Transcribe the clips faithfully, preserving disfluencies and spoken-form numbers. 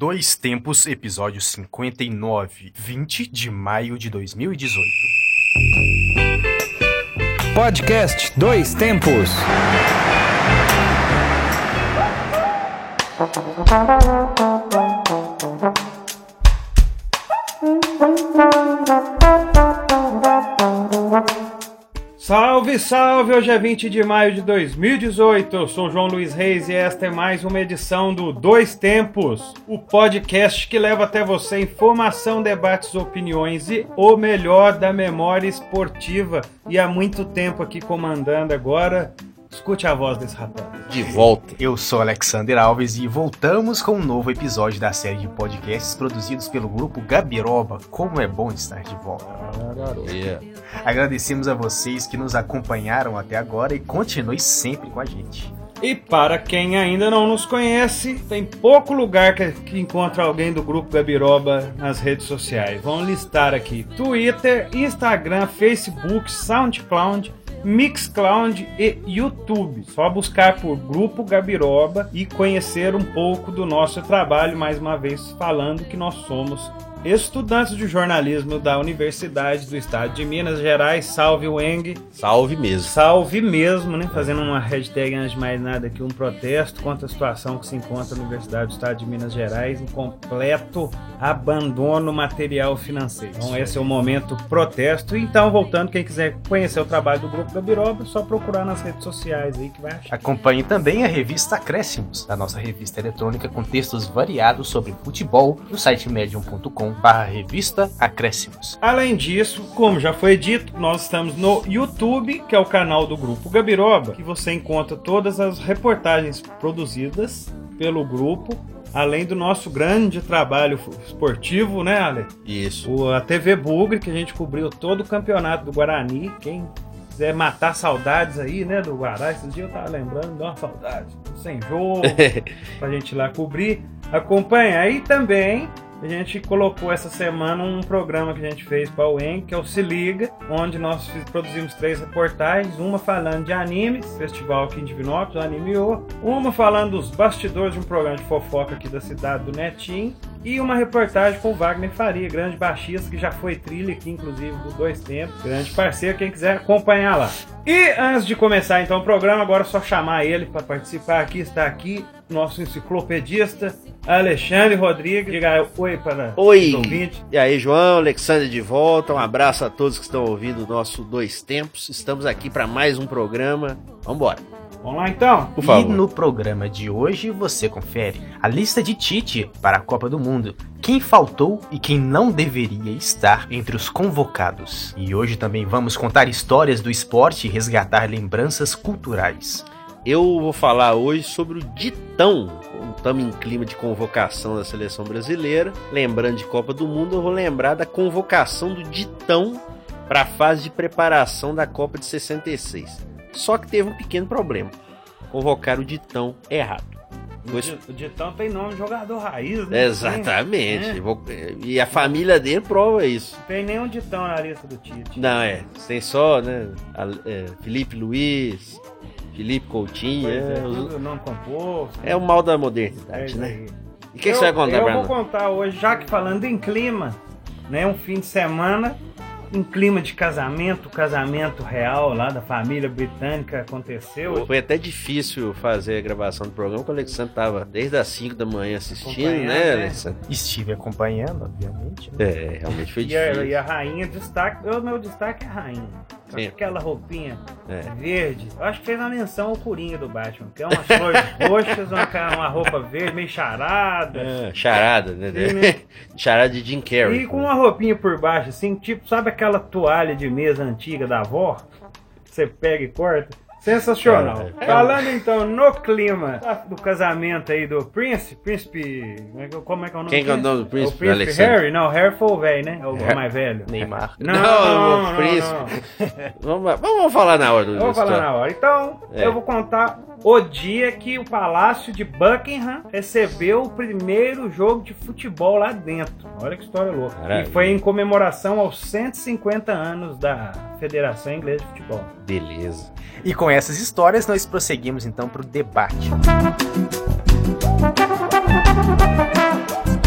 Dois Tempos, episódio cinquenta e nove, vinte de maio de dois mil e dezoito. Podcast Dois Tempos. Salve, salve! Hoje é vinte de maio de dois mil e dezoito, eu sou o João Luiz Reis e esta é mais uma edição do Dois Tempos, o podcast que leva até você informação, debates, opiniões e o melhor da memória esportiva. E há muito tempo aqui comandando agora, escute a voz desse rapaz. De volta. Eu sou Alexander Alves e voltamos com um novo episódio da série de podcasts produzidos pelo grupo Gabiroba. Como é bom estar de volta. Ah, garoto. Yeah. Agradecemos a vocês que nos acompanharam até agora e continue sempre com a gente. E para quem ainda não nos conhece, tem pouco lugar que, que encontra alguém do grupo Gabiroba nas redes sociais. Vamos listar aqui: Twitter, Instagram, Facebook, SoundCloud, Mixcloud e YouTube. Só buscar por Grupo Gabiroba e conhecer um pouco do nosso trabalho, mais uma vez falando que nós somos estudantes de jornalismo da Universidade do Estado de Minas Gerais. Salve o Eng. Salve mesmo. Salve mesmo, né? Fazendo uma hashtag antes de mais nada aqui, um protesto contra a situação que se encontra na Universidade do Estado de Minas Gerais, em completo abandono material financeiro. Então esse é o momento protesto. Então, voltando, quem quiser conhecer o trabalho do Grupo Gabiroba, é só procurar nas redes sociais aí que vai achar. Acompanhe também a revista Acréscimos, a nossa revista eletrônica com textos variados sobre futebol, no site medium ponto com barra revista Acréscimos. Além disso, como já foi dito, nós estamos no YouTube, que é o canal do Grupo Gabiroba, que você encontra todas as reportagens produzidas pelo grupo, além do nosso grande trabalho esportivo, né, Ale? Isso. O, a T V Bugre, que a gente cobriu todo o campeonato do Guarani. Quem quiser matar saudades aí, né, do Guará, esses dias eu tava lembrando, dá uma saudade. Sem jogo, pra gente ir lá cobrir. Acompanha aí também. A gente colocou essa semana um programa que a gente fez para o E N, que é o Se Liga, onde nós produzimos três reportagens, uma falando de animes, festival aqui em Divinópolis, o Anime-O, uma falando dos bastidores de um programa de fofoca aqui da cidade do Netinho, e uma reportagem com o Wagner Faria, grande baixista, que já foi trilha aqui, inclusive, do Dois Tempos, grande parceiro, quem quiser acompanhar lá. E antes de começar então o programa, agora é só chamar ele para participar aqui, está aqui, nosso enciclopedista, Alexandre Rodrigues. Diga oi para oi. Os ouvintes. E aí, João, Alexandre de volta, um abraço a todos que estão ouvindo o nosso Dois Tempos, estamos aqui para mais um programa, vamos embora. Vamos lá então? Por favor. E no programa de hoje você confere a lista de Tite para a Copa do Mundo, quem faltou e quem não deveria estar entre os convocados. E hoje também vamos contar histórias do esporte e resgatar lembranças culturais. Eu vou falar hoje sobre o Ditão. Estamos em clima de convocação da seleção brasileira. Lembrando de Copa do Mundo, eu vou lembrar da convocação do Ditão para a fase de preparação da Copa de sessenta e seis. Só que teve um pequeno problema. Convocaram o Ditão errado. O Ditão tem nome de jogador raiz, né? Exatamente. É. Vou... E a família dele prova isso. Não tem nenhum Ditão na lista do Tite. Não, é. Tem só, né? A, é Felipe Luiz, Felipe Coutinho. Pois é, é, tudo nome composto. é o mal da modernidade, é né? E o que, que eu, você vai contar eu pra vou nós? contar hoje, já que falando em clima, né? Um fim de semana em clima de casamento, casamento real lá da família britânica aconteceu. Foi até difícil fazer a gravação do programa, porque o Alexandre tava desde as cinco da manhã assistindo, Acompanhando, né, né? Alexandre? Estive acompanhando, obviamente. Né? É, realmente foi E a, difícil. e a rainha destaque, o meu destaque é a rainha. Com Sim. aquela roupinha É. verde. Eu acho que fez uma menção ao Coringa do Batman, que é umas flores roxas, uma, uma roupa verde, meio charada. É, charada, né? Sim, né? Charada de Jim Carrey. E com uma roupinha por baixo, assim, tipo, sabe aquela toalha de mesa antiga da avó? Você pega e corta? Sensacional. É, é. Falando então no clima do casamento aí do príncipe, príncipe, como é que é o nome? Quem que é o nome do O príncipe, príncipe Alexandre? Harry? Não, Harry foi o velho, né? É o Harry. mais velho. Neymar. Não, Não, não, o não, príncipe. não. Vamos, vamos falar na hora do Eu vou falar na hora. Então, É. eu vou contar o dia que o Palácio de Buckingham recebeu o primeiro jogo de futebol lá dentro. Olha que história louca. Maravilha. E foi em comemoração aos cento e cinquenta anos da Federação Inglesa de Futebol. Beleza. E com essas histórias nós prosseguimos então para o debate.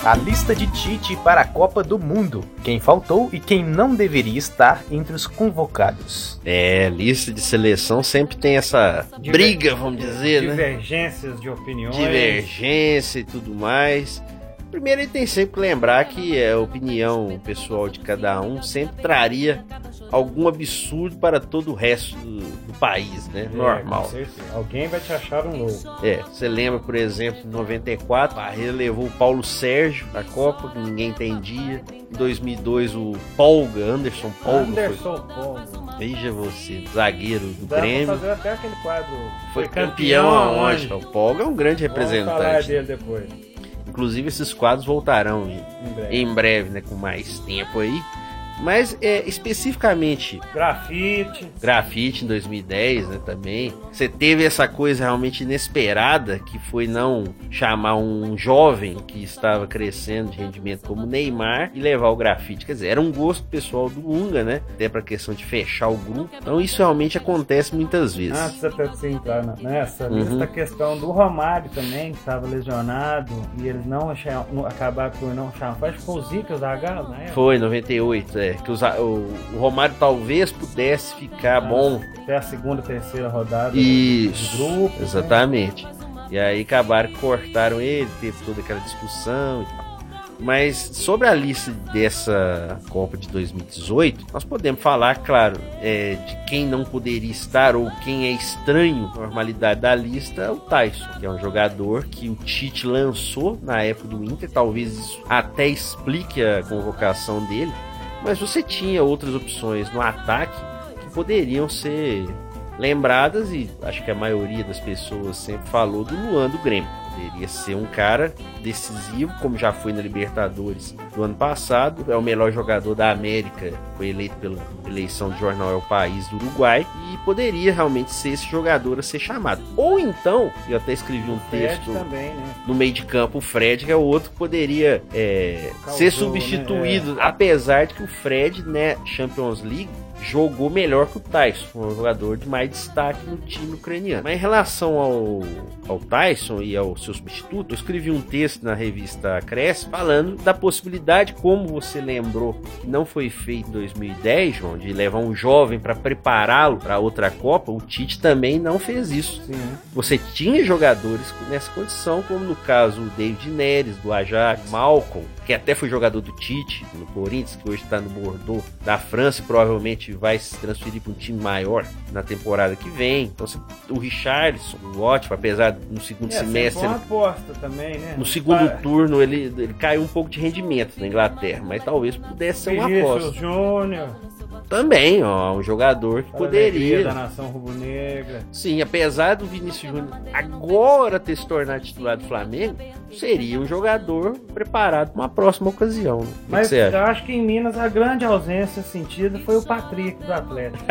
A lista de Tite para a Copa do Mundo. Quem faltou e quem não deveria estar entre os convocados. É, lista de seleção sempre tem essa Diver... briga, vamos dizer, Divergências né? de opiniões. Divergência e tudo mais. Primeiro, ele tem sempre que lembrar que a opinião pessoal de cada um sempre traria algum absurdo para todo o resto do, do país, né? É, normal. Com certeza. Alguém vai te achar um louco. É, você lembra, por exemplo, em noventa e quatro, Barreira levou o Paulo Sérgio na Copa, que ninguém entendia. Em dois mil e dois, o Polga, Anderson Polga. Anderson foi... Polga. Veja você, zagueiro do Dá Grêmio. Pra fazer até aquele quadro. Foi, foi campeão aonde? O Polga é um grande representante. Vamos falar dele depois. Inclusive, esses quadros voltarão em, em, breve. em breve, né? Com mais tempo aí. Mas, é, especificamente... Grafite. Grafite em dois mil e dez, né? Também. Você teve essa coisa realmente inesperada, que foi não chamar um jovem que estava crescendo de rendimento como Neymar e levar o grafite. Quer dizer, era um gosto pessoal do Lunga, né? Até pra questão de fechar o grupo. Então, isso realmente acontece muitas vezes. Antes até de você entrar nessa lista, uhum. A questão do Romário também, que estava lesionado, e eles não, não acabaram por não chamar. Acho que foi o Zica, o Zagallo, na época. Foi, em noventa e oito, é. Que os, o, o Romário talvez pudesse ficar ah, bom até a segunda, terceira rodada Isso, do grupo. Exatamente. Né? E aí acabaram que cortaram ele, teve toda aquela discussão e tal. Mas sobre a lista dessa Copa de dois mil e dezoito, nós podemos falar, claro, é, de quem não poderia estar ou quem é estranho à normalidade da lista, é o Tyson, que é um jogador que o Tite lançou na época do Inter. Talvez isso até explique a convocação dele. Mas você tinha outras opções no ataque que poderiam ser lembradas, e acho que a maioria das pessoas sempre falou do Luan do Grêmio. Poderia ser um cara decisivo, como já foi na Libertadores do ano passado. É o melhor jogador da América, foi eleito pela eleição do jornal É o País do Uruguai, e poderia realmente ser esse jogador a ser chamado. Ou então, eu até escrevi um texto também, né? no meio de campo, o Fred, que é o outro que poderia é, Causou, ser substituído, né? É. Apesar de que o Fred, né, Champions League, jogou melhor que o Tyson, um jogador de mais destaque no time ucraniano. Mas em relação ao, ao Tyson e ao seu substituto, eu escrevi um texto na revista Cresce falando da possibilidade, como você lembrou, que não foi feito em dois mil e dez, João, de levar um jovem para prepará-lo para outra Copa. O Tite também não fez isso. Sim. Você tinha jogadores nessa condição, como no caso o David Neres, do Ajax, Malcolm, que até foi jogador do Tite no Corinthians, que hoje está no Bordeaux da França, e provavelmente vai se transferir para um time maior na temporada que vem. Então, o Richarlison, o ótimo, apesar no segundo é, semestre... É uma aposta também, né? No segundo Para... turno ele, ele caiu um pouco de rendimento na Inglaterra, mas talvez pudesse ser uma aposta. Júnior. Também, ó, um jogador que Para poderia... da nação rubro-negra. Sim, apesar do Vinícius Júnior agora ter se tornado titular do Flamengo, seria um jogador preparado para uma próxima ocasião. Né? Mas que eu acho que em Minas a grande ausência sentida foi o Patrick do Atlético.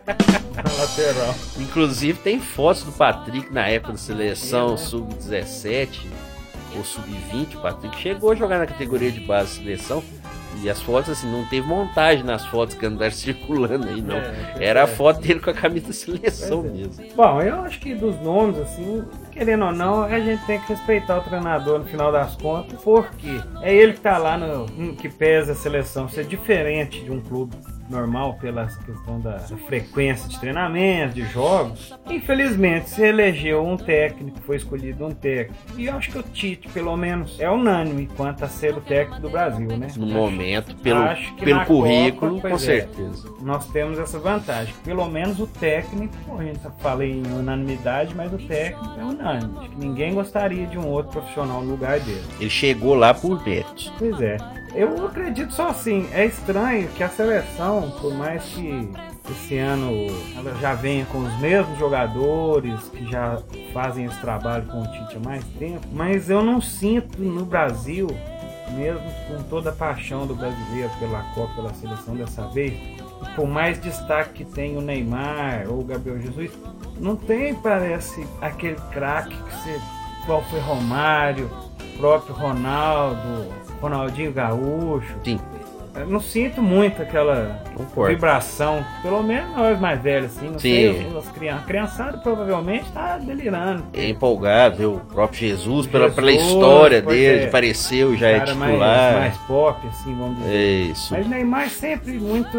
Na lateral. Inclusive tem fotos do Patrick na época da seleção, né? sub dezessete ou sub vinte. O Patrick chegou a jogar na categoria de base da seleção. E as fotos, assim, não teve montagem nas fotos que andaram circulando aí, não. É, Era é. a foto dele com a camisa da seleção é. mesmo. Bom, eu acho que dos nomes, assim, querendo ou não, a gente tem que respeitar o treinador no final das contas, porque é ele que tá lá no que pesa a seleção ser diferente de um clube normal pela questão da frequência de treinamento, de jogos. Infelizmente se elegeu um técnico, foi escolhido um técnico, e eu acho que o Tite, pelo menos, é unânime quanto a ser o técnico do Brasil, né? No acho, momento, pelo, acho que pelo na currículo, Copa, com é, certeza. Nós temos essa vantagem, pelo menos o técnico, a gente falei em unanimidade, mas o técnico é unânime. Acho que ninguém gostaria de um outro profissional no lugar dele. Ele chegou lá por méritos. Pois é. Eu acredito só assim, é estranho que a seleção, por mais que esse ano ela já venha com os mesmos jogadores que já fazem esse trabalho com o Tite há mais tempo, mas eu não sinto no Brasil, mesmo com toda a paixão do brasileiro pela Copa, pela seleção dessa vez, por mais destaque que tem o Neymar ou o Gabriel Jesus, não tem, parece, aquele craque que você, igual foi Romário, próprio Ronaldo, Ronaldinho Gaúcho. Sim. Eu não sinto muito aquela Concordo. vibração, pelo menos nós mais velhos, assim, não Sim. sei, as crianças. A criançada provavelmente tá delirando. É empolgado, viu? O próprio Jesus, pela, Jesus, pela história pois dele, é. apareceu, já é Cara mais, titular. mais pop, assim, vamos dizer. É isso. Mas Neymar sempre muito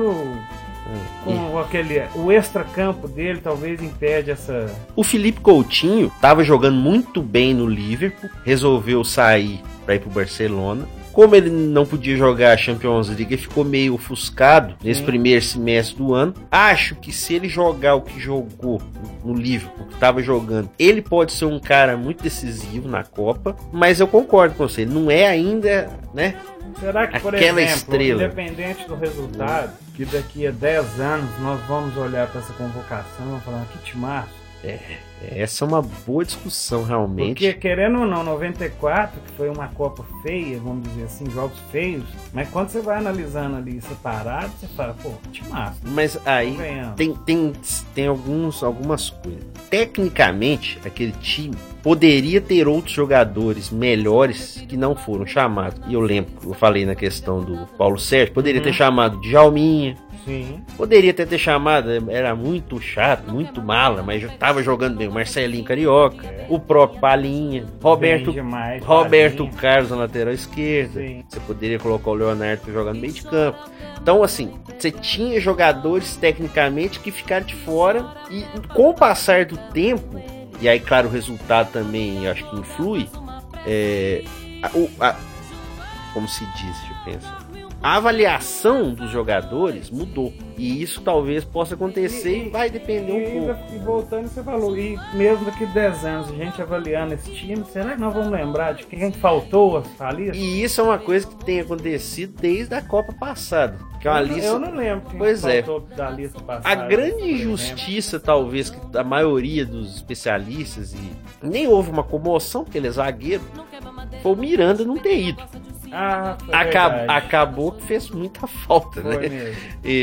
E com aquele, o extra-campo dele talvez impede essa... o Felipe Coutinho estava jogando muito bem no Liverpool, resolveu sair para ir pro Barcelona. Como ele não podia jogar a Champions League, ele ficou meio ofuscado nesse Sim. primeiro semestre do ano. Acho que se ele jogar o que jogou no Liverpool, que estava jogando, ele pode ser um cara muito decisivo na Copa, mas eu concordo com você, ele não é ainda, né? Será que, por Aquela exemplo, estrela. independente do resultado, que daqui a dez anos nós vamos olhar para essa convocação e vamos falar, que timaço. Essa é uma boa discussão, realmente. Porque, querendo ou não, noventa e quatro, que foi uma Copa feia, vamos dizer assim, jogos feios, mas quando você vai analisando ali separado, você fala, pô, que timaço. Mas aí Convenhamos. tem, tem, tem alguns, algumas coisas. Tecnicamente, aquele time poderia ter outros jogadores melhores que não foram chamados. E eu lembro, eu falei na questão do Paulo Sérgio, poderia Uhum. ter chamado Djalminha, Sim. poderia ter, ter chamado, era muito chato, muito mala, mas já tava jogando bem o Marcelinho Carioca, É. o próprio Palinha, Roberto, Bem demais, Roberto Palinha. Carlos na lateral esquerda. Sim. Você poderia colocar o Leonardo jogando no meio de campo. Então, assim, você tinha jogadores tecnicamente que ficaram de fora e com o passar do tempo, e aí, claro, o resultado também eu acho que influi, é, a, o- a- como se diz, deixa eu pensar. A avaliação dos jogadores mudou. E isso talvez possa acontecer e, E- vai depender um E, pouco. ainda- e voltando, você falou, e mesmo daqui a dez anos, a gente avaliando esse time, será que nós vamos lembrar de quem faltou a lista? E isso é uma coisa que tem acontecido desde a Copa passada. Que é uma eu, lista. eu não lembro quem Pois é. faltou da lista passada. A grande por exemplo. injustiça, talvez, que a maioria dos especialistas, e nem houve uma comoção, porque ele é zagueiro, foi o Miranda não ter ido. Ah, foi Acab- verdade. acabou que fez muita falta, Foi né? mesmo.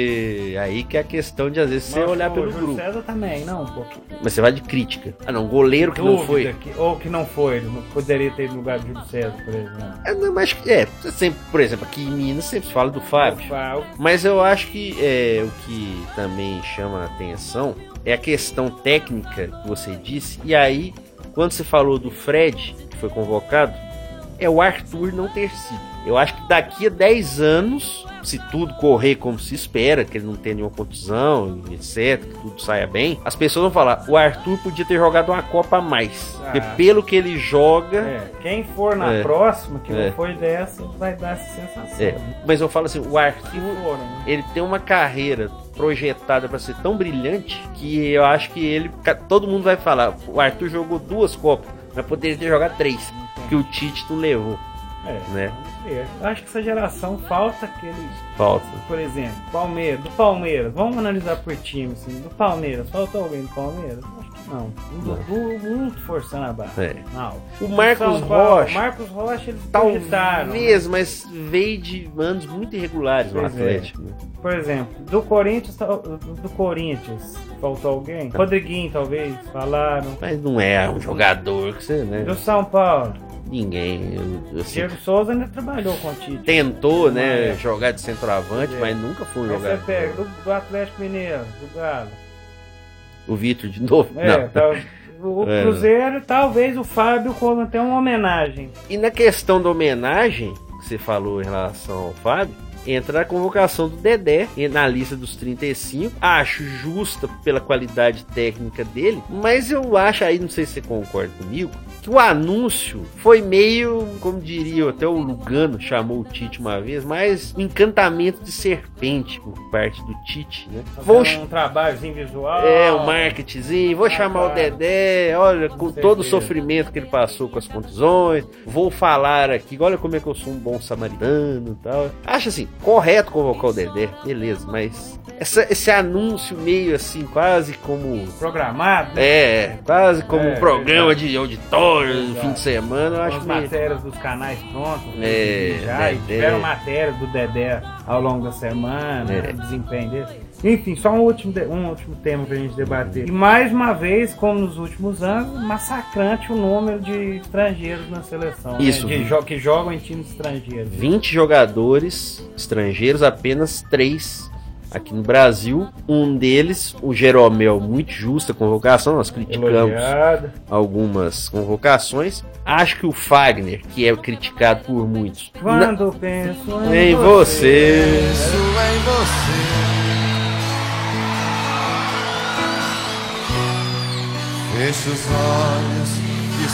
E aí que é a questão de, às vezes, você Mas olhar o pelo Júlio grupo. César também, não, um pouquinho. Mas você vai de crítica. Ah, não, goleiro que não Dúvida foi. que- ou que não foi, não poderia ter ido no lugar do Júlio César, por exemplo. É, não, mas é, você sempre, por exemplo, aqui em Minas sempre se fala do Fábio. O Fábio. Mas eu acho que é, o que também chama a atenção é a questão técnica que você disse. E aí, quando você falou do Fred, que foi convocado, é o Arthur não ter sido. Eu acho que daqui a dez anos, se tudo correr como se espera, que ele não tenha nenhuma contusão, etcétera, que tudo saia bem, as pessoas vão falar, o Arthur podia ter jogado uma Copa a mais. Ah. Porque pelo que ele joga... É, quem for na É. próxima, que É. não foi dessa, vai dar essa sensação. É, né? mas eu falo assim, o Arthur... Se foram, né? Ele tem uma carreira projetada para ser tão brilhante que eu acho que ele, todo mundo vai falar, o Arthur jogou duas Copas, mas poderia ter jogado três, que o Tite não levou, É, né? é. Eu acho que essa geração falta aqueles, Falta. por exemplo, Palmeiras, do Palmeiras, vamos analisar por time, assim, do Palmeiras, faltou alguém do Palmeiras? Acho que não. Um Dudu muito forçando a barra. É. Não. O Marcos São Paulo, Rocha, Marcos Rocha, eles cogitaram, né? talvez, mas veio de anos muito irregulares no Pois é. Atlético. né? Por exemplo, do Corinthians, tal- do Corinthians, faltou alguém? Rodriguinho, talvez, falaram. Mas não é um jogador que você, né? Do São Paulo, Ninguém, eu, assim, Diego Souza ainda trabalhou com o Tite. tentou, né, É. jogar de centroavante, Pois é. mas nunca foi um Aí você jogador. pega do, do Atlético Mineiro, do Galo. O Vitor de novo? É, não. tá- o É. Cruzeiro, talvez o Fábio como até uma homenagem. E na questão da homenagem, que você falou em relação ao Fábio, entra a convocação do Dedé e na lista dos trinta e cinco. Acho justa pela qualidade técnica dele, mas eu acho, aí não sei se você concorda comigo, que o anúncio foi meio, como diria até o Lugano chamou o Tite uma vez, mas um encantamento de serpente por parte do Tite, né? Vou Fazendo um trabalhozinho visual. é, o marketingzinho, vou chamar o claro. Dedé, olha, com Com todo o certeza. sofrimento que ele passou com as contusões, vou falar aqui, olha como é que eu sou um bom samaritano e tal. Acho assim, correto convocar o Dedé, beleza, mas essa- esse anúncio meio assim, quase como... Programado. né? É, quase como É, um programa verdade. de auditório no Verdade. fim de semana, eu Com acho as meio... matérias dos canais prontos. É, já, e Dedé. tiveram matérias do Dedé ao longo da semana, É. o desempenho dele. Enfim, só um último, um último tema pra gente debater. E mais uma vez, como nos últimos anos, massacrante o número de estrangeiros na seleção. Isso. Né? De jo que jogam em times estrangeiros. vinte jogadores estrangeiros, apenas três aqui no Brasil. Um deles, o Jeromel, muito justa a convocação, nós criticamos Elogiado. algumas convocações. Acho que o Fagner, que é criticado por muitos, Quando na... penso em, em você, penso em você, fecho os olhos de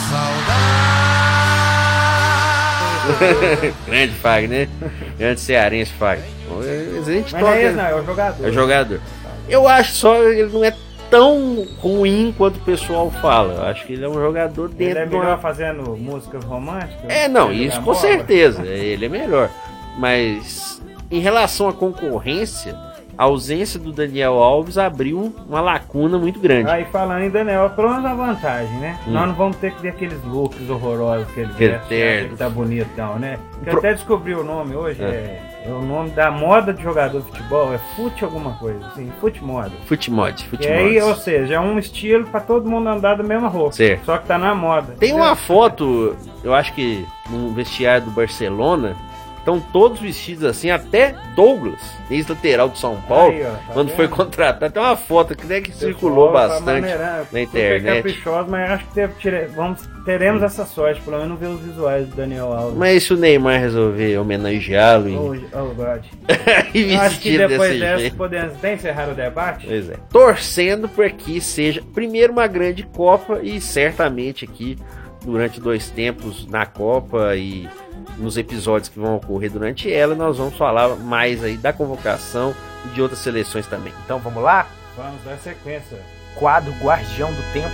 saudade. grande Fagner, grande cearense Fagner. A gente Mas toca, não é esse, não, é o jogador. É o jogador. Eu acho só que ele não é tão ruim quanto o pessoal fala. Eu acho que ele é um jogador dentro Ele é de uma... melhor fazendo músicas românticas? É, não, Ele isso joga com bola? certeza. Ele é melhor. Mas em relação à concorrência, a ausência do Daniel Alves abriu uma lacuna muito grande. Aí falando em Daniel, pelo menos a vantagem, né? Hum. Nós não vamos ter que ver aqueles looks horrorosos que ele Aquele veste, terno. que tá bonitão, né? Eu Pro- até descobri o nome hoje, É. é. é o nome da moda de jogador de futebol, é fute alguma coisa, assim, fute moda. Futmod, E futmod. aí, ou seja, é um estilo pra todo mundo andar da mesma roupa, Certo. só que tá na moda. Tem uma É. foto, eu acho que no vestiário do Barcelona, estão todos vestidos assim, até Douglas, ex-lateral do São Paulo, Aí, ó, tá quando vendo? foi contratado. Tem uma foto que, né, que Pessoal circulou tá bastante maneirando, na super internet. caprichoso, mas acho que teve, tire- vamos, teremos essa sorte, pelo menos ver os visuais do Daniel Alves. Mas se o Neymar resolver homenageá-lo e, Oh, oh God. e Eu acho que vestir depois desse dessa jeito. podemos até encerrar o debate. Pois é. Torcendo para que seja primeiro uma grande Copa e certamente aqui durante dois tempos na Copa e nos episódios que vão ocorrer durante ela, nós vamos falar mais aí da convocação e de outras seleções também. Então vamos lá? Vamos dar sequência. Quadro Guardião do Tempo.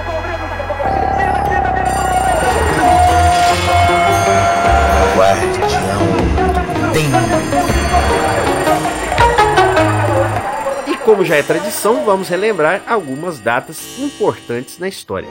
E como já é tradição, vamos relembrar algumas datas importantes na história.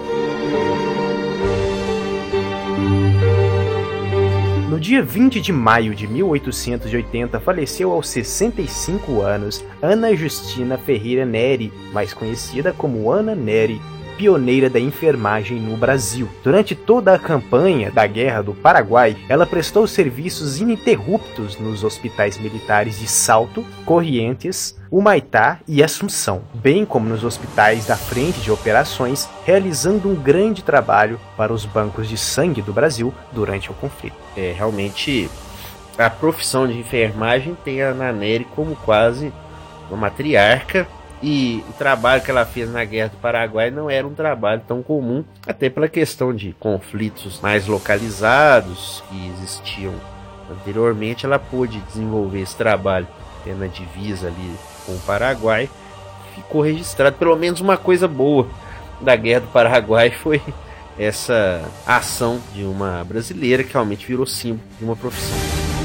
No dia vinte de maio de mil oitocentos e oitenta, faleceu aos sessenta e cinco anos Ana Justina Ferreira Neri, mais conhecida como Ana Neri, pioneira da enfermagem no Brasil. Durante toda a campanha da Guerra do Paraguai, ela prestou serviços ininterruptos nos hospitais militares de Salto, Corrientes, Humaitá e Assunção, bem como nos hospitais da Frente de Operações, realizando um grande trabalho para os bancos de sangue do Brasil durante o conflito. É, realmente, a profissão de enfermagem tem a Ana Neri como quase uma matriarca, e o trabalho que ela fez na Guerra do Paraguai não era um trabalho tão comum, até pela questão de conflitos mais localizados que existiam anteriormente. Ela pôde desenvolver esse trabalho tendo a divisa ali com o Paraguai. Ficou registrado pelo menos uma coisa boa da Guerra do Paraguai, foi essa ação de uma brasileira que realmente virou símbolo de uma profissão.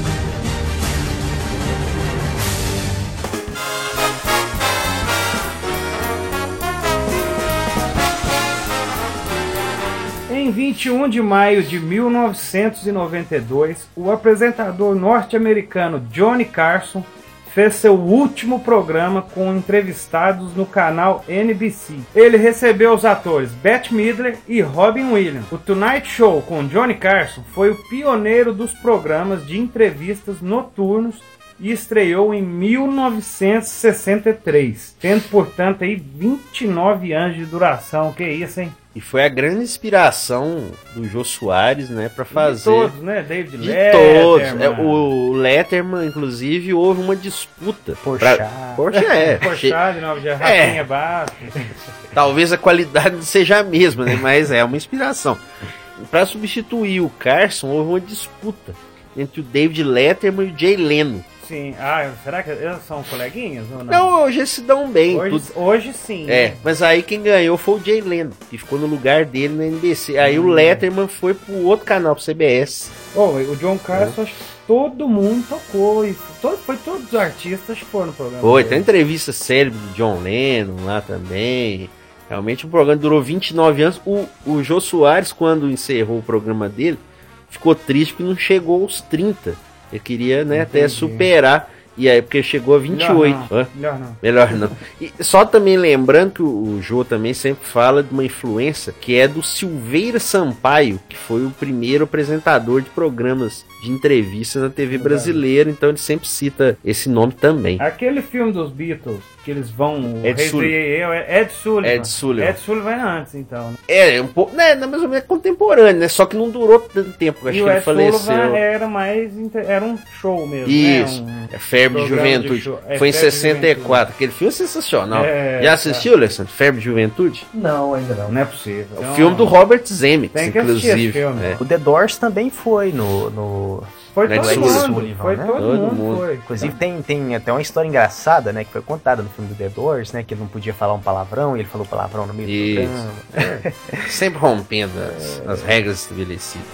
Em vinte e um de maio de mil novecentos e noventa e dois, o apresentador norte-americano Johnny Carson fez seu último programa com entrevistados no canal N B C. Ele recebeu os atores Bette Midler e Robin Williams. O Tonight Show com Johnny Carson foi o pioneiro dos programas de entrevistas noturnos e estreou em mil novecentos e sessenta e três, tendo, portanto, aí vinte e nove anos de duração. Que isso, hein? E foi a grande inspiração do Jô Soares, né, para fazer... De todos, né? David De Letterman. todos. É, o Letterman, inclusive, houve uma disputa. Porchat. Pra... Porchat, é. Porchat, de nove de Rafinha Bastos. Talvez a qualidade não seja a mesma, né, mas é uma inspiração. Para substituir o Carson, houve uma disputa entre o David Letterman e o Jay Leno. Sim. Ah, será que eles são coleguinhas ou não? Não, hoje eles se dão bem. Hoje, tudo... hoje sim. É, né? mas aí quem ganhou foi o Jay Leno, que ficou no lugar dele na N B C. Aí Hum. o Letterman foi pro outro canal, pro C B S. Oh, o John Carson, acho que todo mundo tocou. E todo, foi todos os artistas que foram no programa. Foi, dele. tem entrevista célebre do John Lennon lá também. Realmente o programa durou vinte e nove anos. O, o Jô Soares, quando encerrou o programa dele, ficou triste porque não chegou aos trinta. Ele queria, né, até superar E aí, porque chegou a vinte e oito. Melhor não. Melhor não. Melhor não. E só também lembrando que o Jô também sempre fala de uma influência que é do Silveira Sampaio, que foi o primeiro apresentador de programas de entrevistas na T V brasileira, então ele sempre cita esse nome também. Aquele filme dos Beatles, que eles vão... Ed Sullivan. Ed Sullivan. Ed Sullivan. Ed Sullivan é antes, então. Né? É, um pouco, né, mais ou menos contemporâneo, né, só que não durou tanto tempo, acho e que o ele Ed faleceu. Sullivan era mais, era um show mesmo, Isso, né? Um é Febre de Juventude. De é foi em Febre sessenta e quatro, aquele filme é sensacional. É, Já assistiu, Alessandro? Febre de Juventude? Não, ainda não. Não é possível. É o filme do Robert Zemeckis, tem que assistir esse inclusive. filme. É. O The Doors também foi no... no... Foi Ed todo Sullivan, mundo, foi né? todo, Todo mundo, mundo. foi. Inclusive tem, tem até uma história engraçada, né, que foi contada no filme do The Doors, né, que ele não podia falar um palavrão e ele falou palavrão no meio Isso. do programa. Sempre rompendo as, as regras estabelecidas.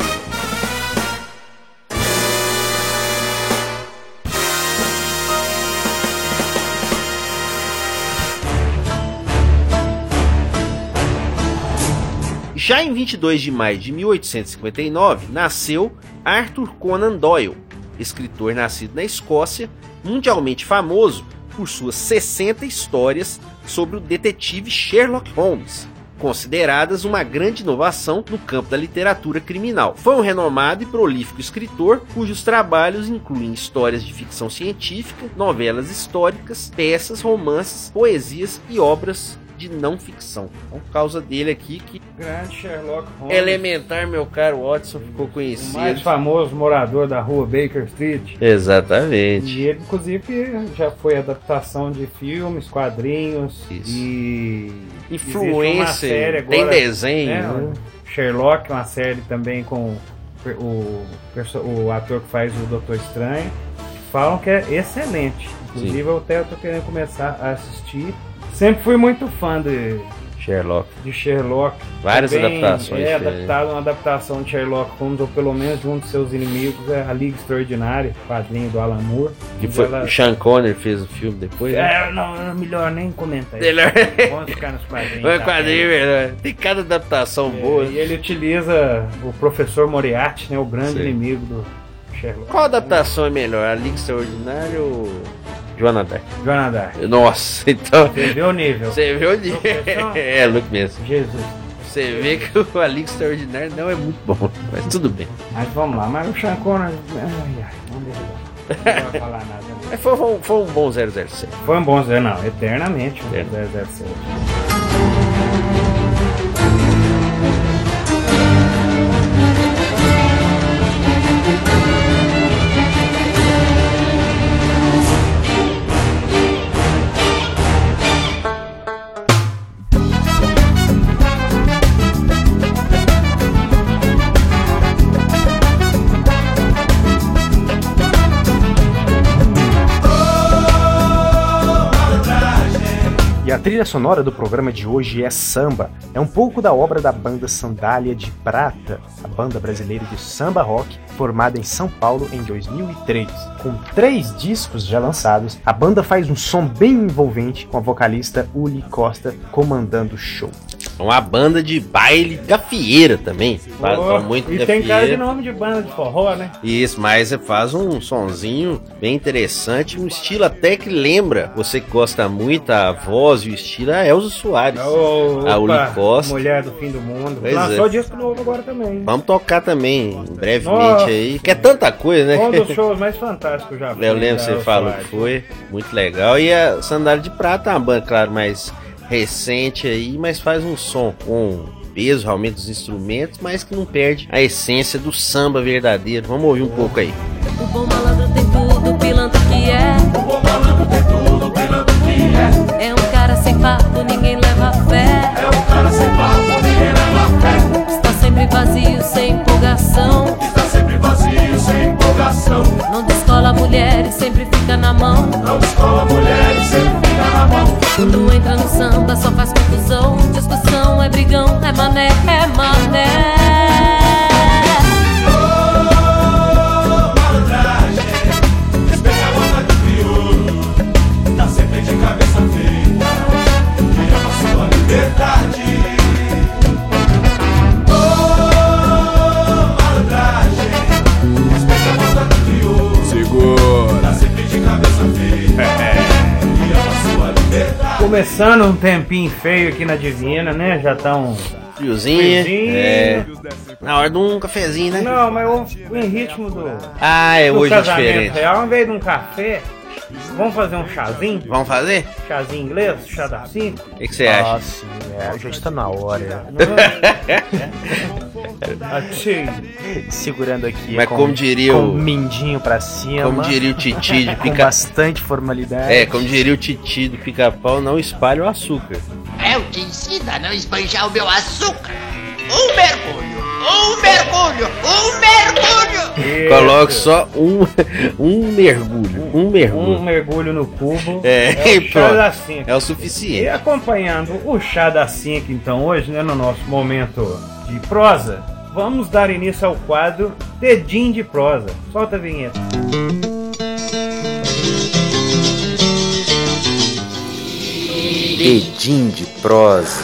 Já em vinte e dois de maio de mil oitocentos e cinquenta e nove, nasceu Arthur Conan Doyle, escritor nascido na Escócia, mundialmente famoso por suas sessenta histórias sobre o detetive Sherlock Holmes, consideradas uma grande inovação no campo da literatura criminal. Foi um renomado e prolífico escritor, cujos trabalhos incluem histórias de ficção científica, novelas históricas, peças, romances, poesias e obras de não ficção. Então, por causa dele aqui que Grande Sherlock Holmes. Elementar, meu caro Watson, ficou O conhecido. mais famoso morador da rua Baker Street. Exatamente. E ele, inclusive, já foi adaptação de filmes, quadrinhos. Isso. E Influência, série tem agora, desenho. né, né? Sherlock, uma série também com o, perso- o ator que faz o Doutor Estranho. Falam que é excelente. Inclusive, Sim. eu até tô querendo começar a assistir. Sempre fui muito fã de, Sherlock. de Sherlock. Várias Também adaptações É diferentes. adaptado uma adaptação de Sherlock Holmes, ou pelo menos de um dos seus inimigos, é a Liga Extraordinária, quadrinho do Alan Moore. Que foi, Ela- o Sean Connery fez o filme depois, né? É, não, é melhor nem comentar isso. Melhor. Vamos ficar nos quadrinhos. Foi tá? quadrinho, melhor. Tem cada adaptação boa. É, e ele utiliza o professor Moriarty, né, o grande Sim. inimigo do Sherlock. Qual adaptação é melhor? A Liga Extraordinária ou Joana Dark? Joana Dark. Nossa, então... Você vê o nível. Você vê onde... Tô pensando. É, Luke mesmo. Jesus. Você vê que o A Liga Extraordinária não é muito bom, mas tudo bem. Mas vamos lá, mas o Sean Connery... Ai, ai, não derrubar. Não vai falar nada. Não. Mas foi, foi, foi um bom zero zero sete. Foi um bom zero, não, eternamente um Eterno. zero zero sete. E a trilha sonora do programa de hoje é Samba. É um pouco da obra da banda Sandália de Prata, a banda brasileira de samba rock formada em São Paulo em dois mil e três. Com três discos já lançados, a banda faz um som bem envolvente com a vocalista Uli Costa comandando o show. Uma banda de baile gafieira também. Faz Oh, muito e tem cara de gafieira. nome de banda de forró, né? Isso, mas faz um sonzinho bem interessante, um estilo até que lembra, você que gosta muito, a voz e o estilo, a Elza Soares. Ô, A Uli opa, Costa. Mulher do Fim do Mundo. Pois Lançou é. disco novo agora também. Vamos tocar também, brevemente Nossa. aí, que é tanta coisa, né? Um dos shows mais fantásticos que eu já vi. Eu lembro da que você Elza falou Soares. que foi, muito legal. E a Sandália de Prata é uma banda, claro, mais recente aí, mas faz um som com peso realmente dos instrumentos, mas que não perde a essência do samba verdadeiro. Vamos ouvir um pouco aí. O bom malandro tem tudo, pilantra que é. O bom malandro tem tudo, pilantra que é. É um cara sem papo, ninguém leva fé. É um cara sem papo, ninguém leva fé. Está sempre vazio, sem empolgação. Está sempre vazio, sem empolgação. Não descola mulher e sempre fica na mão. Não descola mulher e sempre fica na mão. Quando entra no samba só faz confusão. Discussão é brigão, é mané, é mané. Respeita a onda do crioulo, tá sempre de cabeça feita, que ama sua liberdade. Oh, malandragem, respeita a onda do crioulo, segura, tá sempre de cabeça Começando um tempinho feio aqui na Divina, né? Já tá um friozinho. friozinho. É. Na hora de um cafezinho, né? Não, mas o, em ritmo do, Ah, é do hoje é casamento diferente. real, ao invés de um café, vamos fazer um chazinho? Vamos fazer? Chazinho inglês? Chá da cinco? O que que você acha? Nossa, é, já está na hora. Achei. Segurando aqui. Mas com, como diria com o- o mindinho pra cima. Como diria o Titi de com pica... bastante formalidade. É, como diria o Titi do pica-pau, não espalhe o açúcar. Eu te ensino a não esbanjar o meu açúcar. Um mergulho, um mergulho, um mergulho. Coloque só um, um mergulho. Um Um mergulho. mergulho no cubo. É, é o chá pronto. da cinco. É o E suficiente. acompanhando o chá da cinco, então, hoje, né, no nosso momento de prosa, vamos dar início ao quadro Dedinho de Prosa. Solta a vinheta. Dedinho de prosa.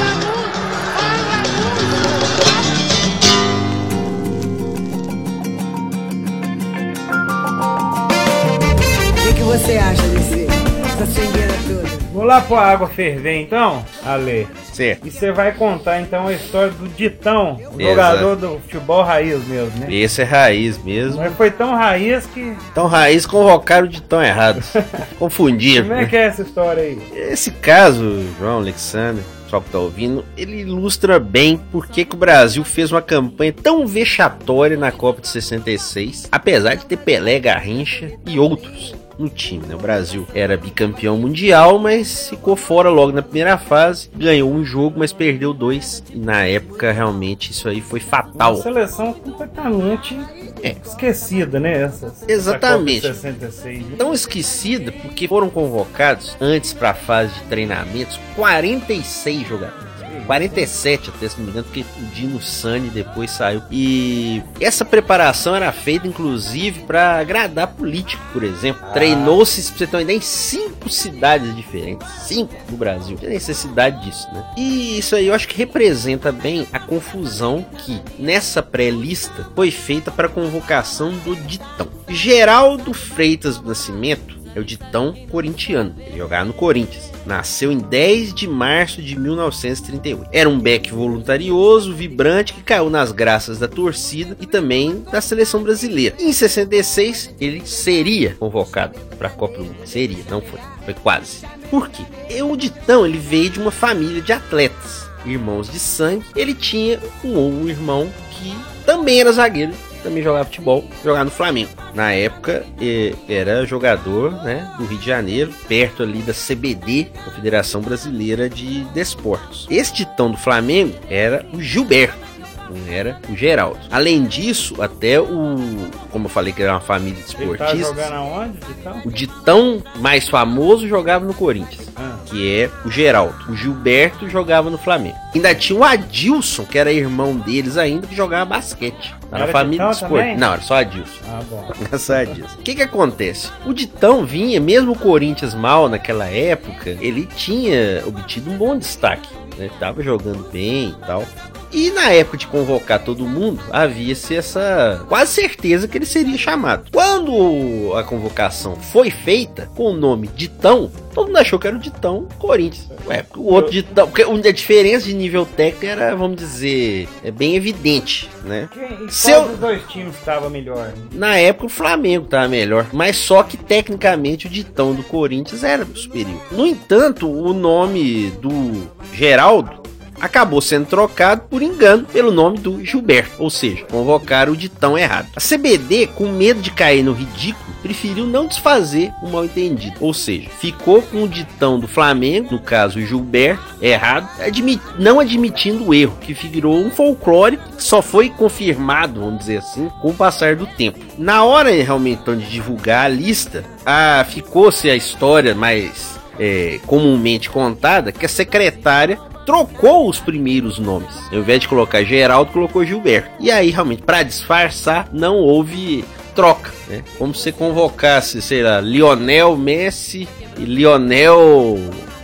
O que, que você acha desse, dessa swingueira toda? Vou lá pôr a água ferver, então, Ale. Certo. E você vai contar, então, a história do Ditão, o Exato. jogador do futebol raiz mesmo, né? Esse é raiz mesmo. Mas foi tão raiz que... Então, raiz convocaram de tão errado. Confundiram. Como é que é essa história aí? Esse caso, João Alexandre, só que tá ouvindo, ele ilustra bem por que que o Brasil fez uma campanha tão vexatória na Copa de sessenta e seis, apesar de ter Pelé, Garrincha e outros no time, né? O Brasil era bicampeão mundial, mas ficou fora logo na primeira fase, ganhou um jogo, mas perdeu dois, e na época realmente isso aí foi Uma fatal. seleção completamente É. esquecida, né? Essa, Exatamente. Essa Copa de sessenta e seis. né? Tão esquecida porque foram convocados antes para a fase de treinamentos quarenta e seis jogadores. quarenta e sete até, se não me engano, porque o Dino Sani depois saiu. E essa preparação era feita, inclusive, para agradar político, por exemplo. Ah. Treinou-se, pra você ter uma ideia, em cinco cidades diferentes. Cinco no Brasil. Não tem necessidade disso, né? E isso aí eu acho que representa bem a confusão que, nessa pré-lista, foi feita para a convocação do Ditão. Geraldo Freitas do Nascimento é o Ditão corintiano. Ele jogava no Corinthians. Nasceu em dez de março de mil novecentos e trinta e oito. Era um back voluntarioso, vibrante, que caiu nas graças da torcida e também da seleção brasileira. Em sessenta e seis, ele seria convocado para a Copa do Mundo. Seria, não foi. Foi quase. Por quê? E o Ditão, ele veio de uma família de atletas, irmãos de sangue. Ele tinha um, um irmão que também era zagueiro, também jogava futebol, jogava no Flamengo. Na época, eh, era jogador, né, do Rio de Janeiro, perto ali da C B D, Confederação Brasileira de Desportos. Esse Ditão do Flamengo era o Gilberto, não era o Geraldo. Além disso, até o, como eu falei que era uma família de Ele tá esportistas, jogando aonde, Ditão? o Ditão mais famoso jogava no Corinthians, Ah. que é o Geraldo. O Gilberto jogava no Flamengo. Ainda tinha o Adilson, que era irmão deles ainda, que jogava basquete. Era, Era família Ditão de esporte. também? Não, era só Adilson. Ah, bom. Era só Adilson. O que que acontece? O Ditão vinha, mesmo o Corinthians mal naquela época, ele tinha obtido um bom destaque, né? Tava jogando bem e tal. E na época de convocar todo mundo, havia-se essa quase certeza que ele seria chamado. Quando a convocação foi feita com o nome Ditão, todo mundo achou que era o Ditão Corinthians. Ué, o outro Ditão, porque a diferença de nível técnico era, vamos dizer, é bem evidente, né? Quem, Se qual eu- dos dois times estava melhor? Na época o Flamengo estava melhor, mas só que tecnicamente o Ditão do Corinthians era superior. No entanto, o nome do Geraldo acabou sendo trocado por engano pelo nome do Gilberto, ou seja, convocaram o Ditão errado. A C B D, com medo de cair no ridículo, preferiu não desfazer o mal entendido, ou seja, ficou com o Ditão do Flamengo, no caso o Gilberto, errado, admi- não admitindo o erro, que virou um folclore que só foi confirmado, vamos dizer assim, com o passar do tempo. Na hora realmente então, de divulgar a lista, a, ficou-se a história mais é, comumente contada, que a secretária trocou os primeiros nomes. Ao invés de colocar Geraldo, colocou Gilberto. E aí, realmente, para disfarçar, não houve troca, né? Como se você convocasse, sei lá, Lionel Messi e Lionel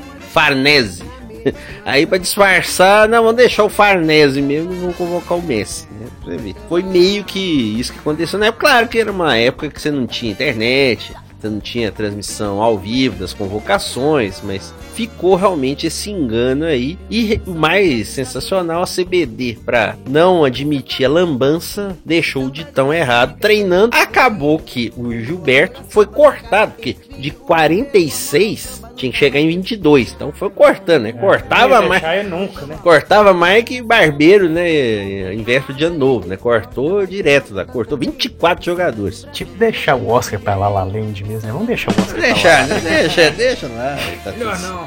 Farnese. Aí, para disfarçar, não, vamos deixar o Farnese mesmo e vamos convocar o Messi, né? Pra você ver. Foi meio que isso que aconteceu na época. Claro que era uma época que você não tinha internet, não tinha transmissão ao vivo das convocações, mas ficou realmente esse engano aí. E o mais sensacional, a C B D, para não admitir a lambança, deixou o Ditão errado treinando. Acabou que o Gilberto foi cortado, porque de quarenta e seis tinha que chegar em vinte e dois, então foi cortando, né? É, cortava mais, nunca, né? cortava mais que barbeiro, né? Em véspera de ano novo, né? Cortou direto lá, cortou vinte e quatro jogadores. Tipo deixar o Oscar pra lá, La Land mesmo, né? Vamos deixar o Oscar deixar, pra lá. Né? Deixa, deixa lá. Tá Melhor não.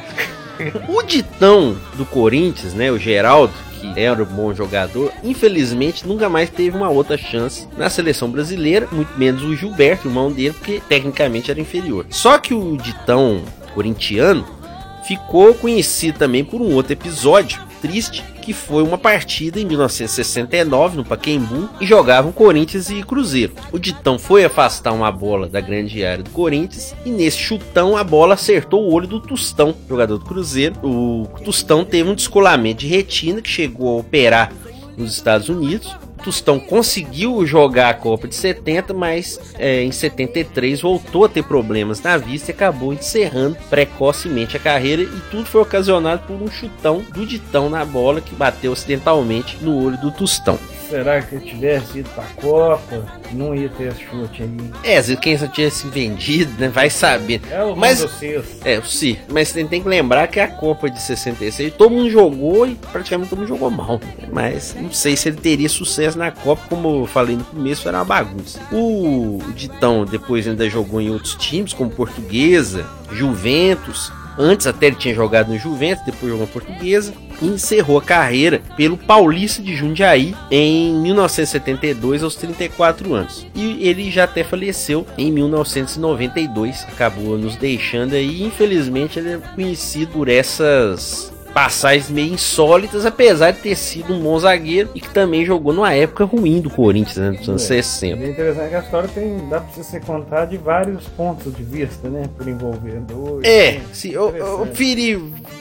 O Ditão do Corinthians, né? O Geraldo, que era um bom jogador, infelizmente nunca mais teve uma outra chance na seleção brasileira, muito menos o Gilberto, irmão dele, porque tecnicamente era inferior. Só que o Ditão corintiano ficou conhecido também por um outro episódio triste, que foi uma partida em mil novecentos e sessenta e nove no Pacaembu e jogavam Corinthians e Cruzeiro. O Ditão foi afastar uma bola da grande área do Corinthians e nesse chutão a bola acertou o olho do Tostão, jogador do Cruzeiro. O Tostão teve um descolamento de retina que chegou a operar nos Estados Unidos. Tostão conseguiu jogar a Copa de setenta, mas é, em setenta e três voltou a ter problemas na vista e acabou encerrando precocemente a carreira, e tudo foi ocasionado por um chutão do Ditão na bola que bateu acidentalmente no olho do Tostão. Será que eu tivesse ido pra Copa, não ia ter esse chute aí? É, às vezes quem só tinha se vendido, né, vai saber. É o mas do Cis. É, o Cis. Mas você tem que lembrar que a Copa de sessenta e seis, todo mundo jogou e praticamente todo mundo jogou mal. Né? Mas não sei se ele teria sucesso na Copa, como eu falei no começo, era uma bagunça. O Ditão depois ainda jogou em outros times, como Portuguesa, Juventus. Antes até ele tinha jogado no Juventus, depois jogou na Portuguesa. E encerrou a carreira pelo Paulista de Jundiaí em mil novecentos e setenta e dois, aos trinta e quatro anos. E ele já até faleceu em mil novecentos e noventa e dois. Acabou nos deixando aí. Infelizmente ele é conhecido por essas passagens meio insólitas, apesar de ter sido um bom zagueiro e que também jogou numa época ruim do Corinthians, né, dos anos é, sessenta. É interessante que a história tem, dá pra você contar de vários pontos de vista, né, por envolver dois. É, né? se eu, eu preferi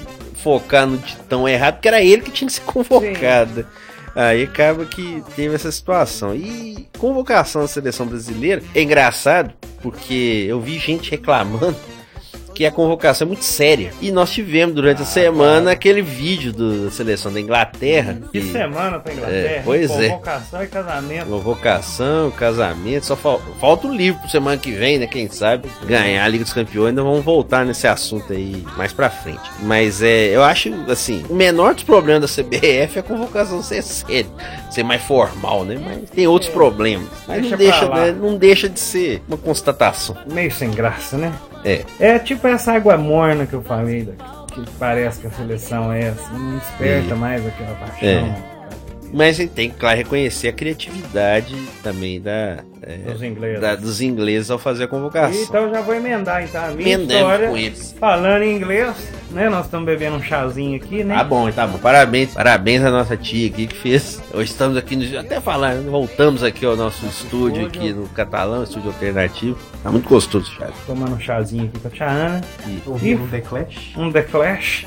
focar no Ditão errado, porque era ele que tinha que ser convocado. Sim. Aí acaba que teve essa situação. E convocação da seleção brasileira é engraçado, porque eu vi gente reclamando que a convocação é muito séria. E nós tivemos durante ah, a semana cara. aquele vídeo do, da seleção da Inglaterra. Que e, semana pra Inglaterra? É, pois convocação é. Convocação e casamento. Convocação, casamento. Só fal, falta o livro pro semana que vem, né? Quem sabe ganhar a Liga dos Campeões. Ainda vamos voltar nesse assunto aí mais pra frente. Mas é, eu acho, assim, o menor dos problemas da C B F é a convocação ser séria, ser mais formal, né? Mas tem outros é. problemas. Mas deixa não, deixa, né, não deixa de ser uma constatação. Meio sem graça, né? É. É tipo essa água morna que eu falei, que parece que a seleção é assim, não desperta e... mais aquela paixão. É. Mas a gente tem que, claro, reconhecer a criatividade também da, é, dos, ingleses. Da, dos ingleses ao fazer a convocação. Então já vou emendar então a minha Emendemos história com eles. Falando em inglês, né? Nós estamos bebendo um chazinho aqui, né? Tá bom, tá bom. Parabéns, parabéns à nossa tia aqui que fez. Hoje estamos aqui, no, até falar, voltamos aqui ao nosso estúdio, estúdio aqui no Catalão, estúdio alternativo. Tá muito gostoso o chá. Tomando um chazinho aqui com a tia Ana. E ouvindo um The Clash. Um The Clash.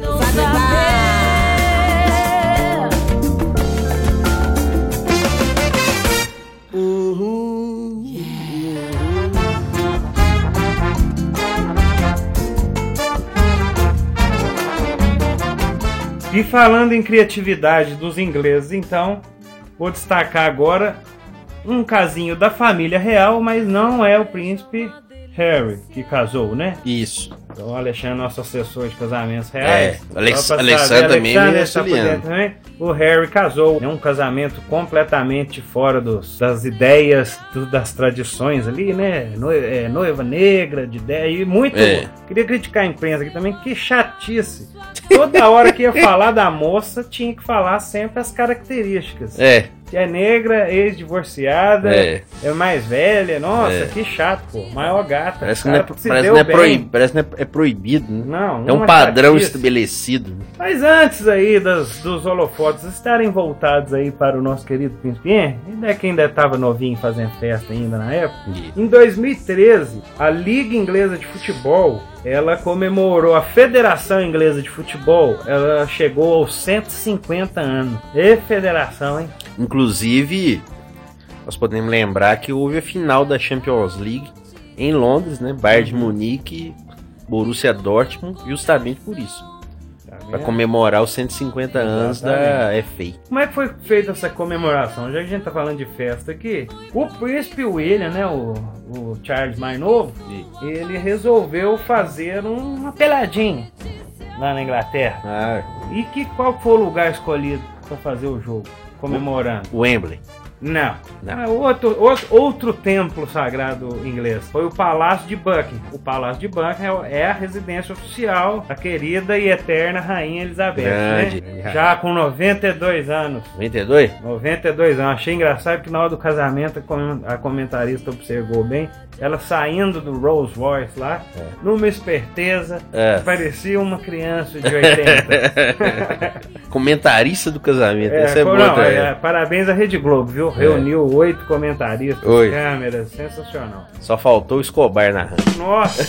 E falando em criatividade dos ingleses, então, vou destacar agora um casinho da família real, mas não é o príncipe Harry que casou, né? Isso. Então o Alexandre, nosso assessor de casamentos reais. É, Alex, Alexandre também é também. O Harry casou, é um casamento completamente fora dos, das ideias, do, das tradições ali, né? No, é, noiva negra, de ideia, e muito... É. Queria criticar a imprensa aqui também, que chatice. Toda hora que ia falar da moça, tinha que falar sempre as características. É. Que é negra, ex-divorciada, é. é mais velha. Nossa, é. que chato, pô. Maior gata. Parece que não é, parece não é, proib, parece não é, é proibido, né? Não, não é um padrão chatice. estabelecido. Mas antes aí das, dos holofotes estarem voltados aí para o nosso querido Príncipe Henry, ainda que ainda estava novinho fazendo festa ainda na época, yeah. Em dois mil e treze, a Liga Inglesa de Futebol, ela comemorou, a Federação Inglesa de Futebol, ela chegou aos cento e cinquenta anos. E federação, hein? Inclusive, nós podemos lembrar que houve a final da Champions League em Londres, né? Bayern de Munique, Borussia Dortmund, justamente por isso. Tá Para vendo? comemorar os cento e cinquenta anos da F A. Como é que foi feita essa comemoração? Já que a gente tá falando de festa aqui, o príncipe William, né, o, o Charles mais novo, ele resolveu fazer uma peladinha lá na Inglaterra. Ah, E que, qual foi o lugar escolhido para fazer o jogo, comemorando? Wembley. Não, Não. É outro, outro, outro templo sagrado inglês. Foi o Palácio de Buckingham. O Palácio de Buckingham é a residência oficial da querida e eterna Rainha Elizabeth, Grande, né? grande. Já com noventa e dois anos. noventa e dois? noventa e dois anos. Achei engraçado que na hora do casamento a comen- a comentarista observou bem ela saindo do Rolls Royce lá, É. numa esperteza, É. parecia uma criança de oitenta. Comentarista do casamento. É, Essa é pô, boa não, também. é, parabéns à Rede Globo, viu? Reuniu oito comentaristas, Oito. câmeras, sensacional. Só faltou o Escobar narrando. Nossa!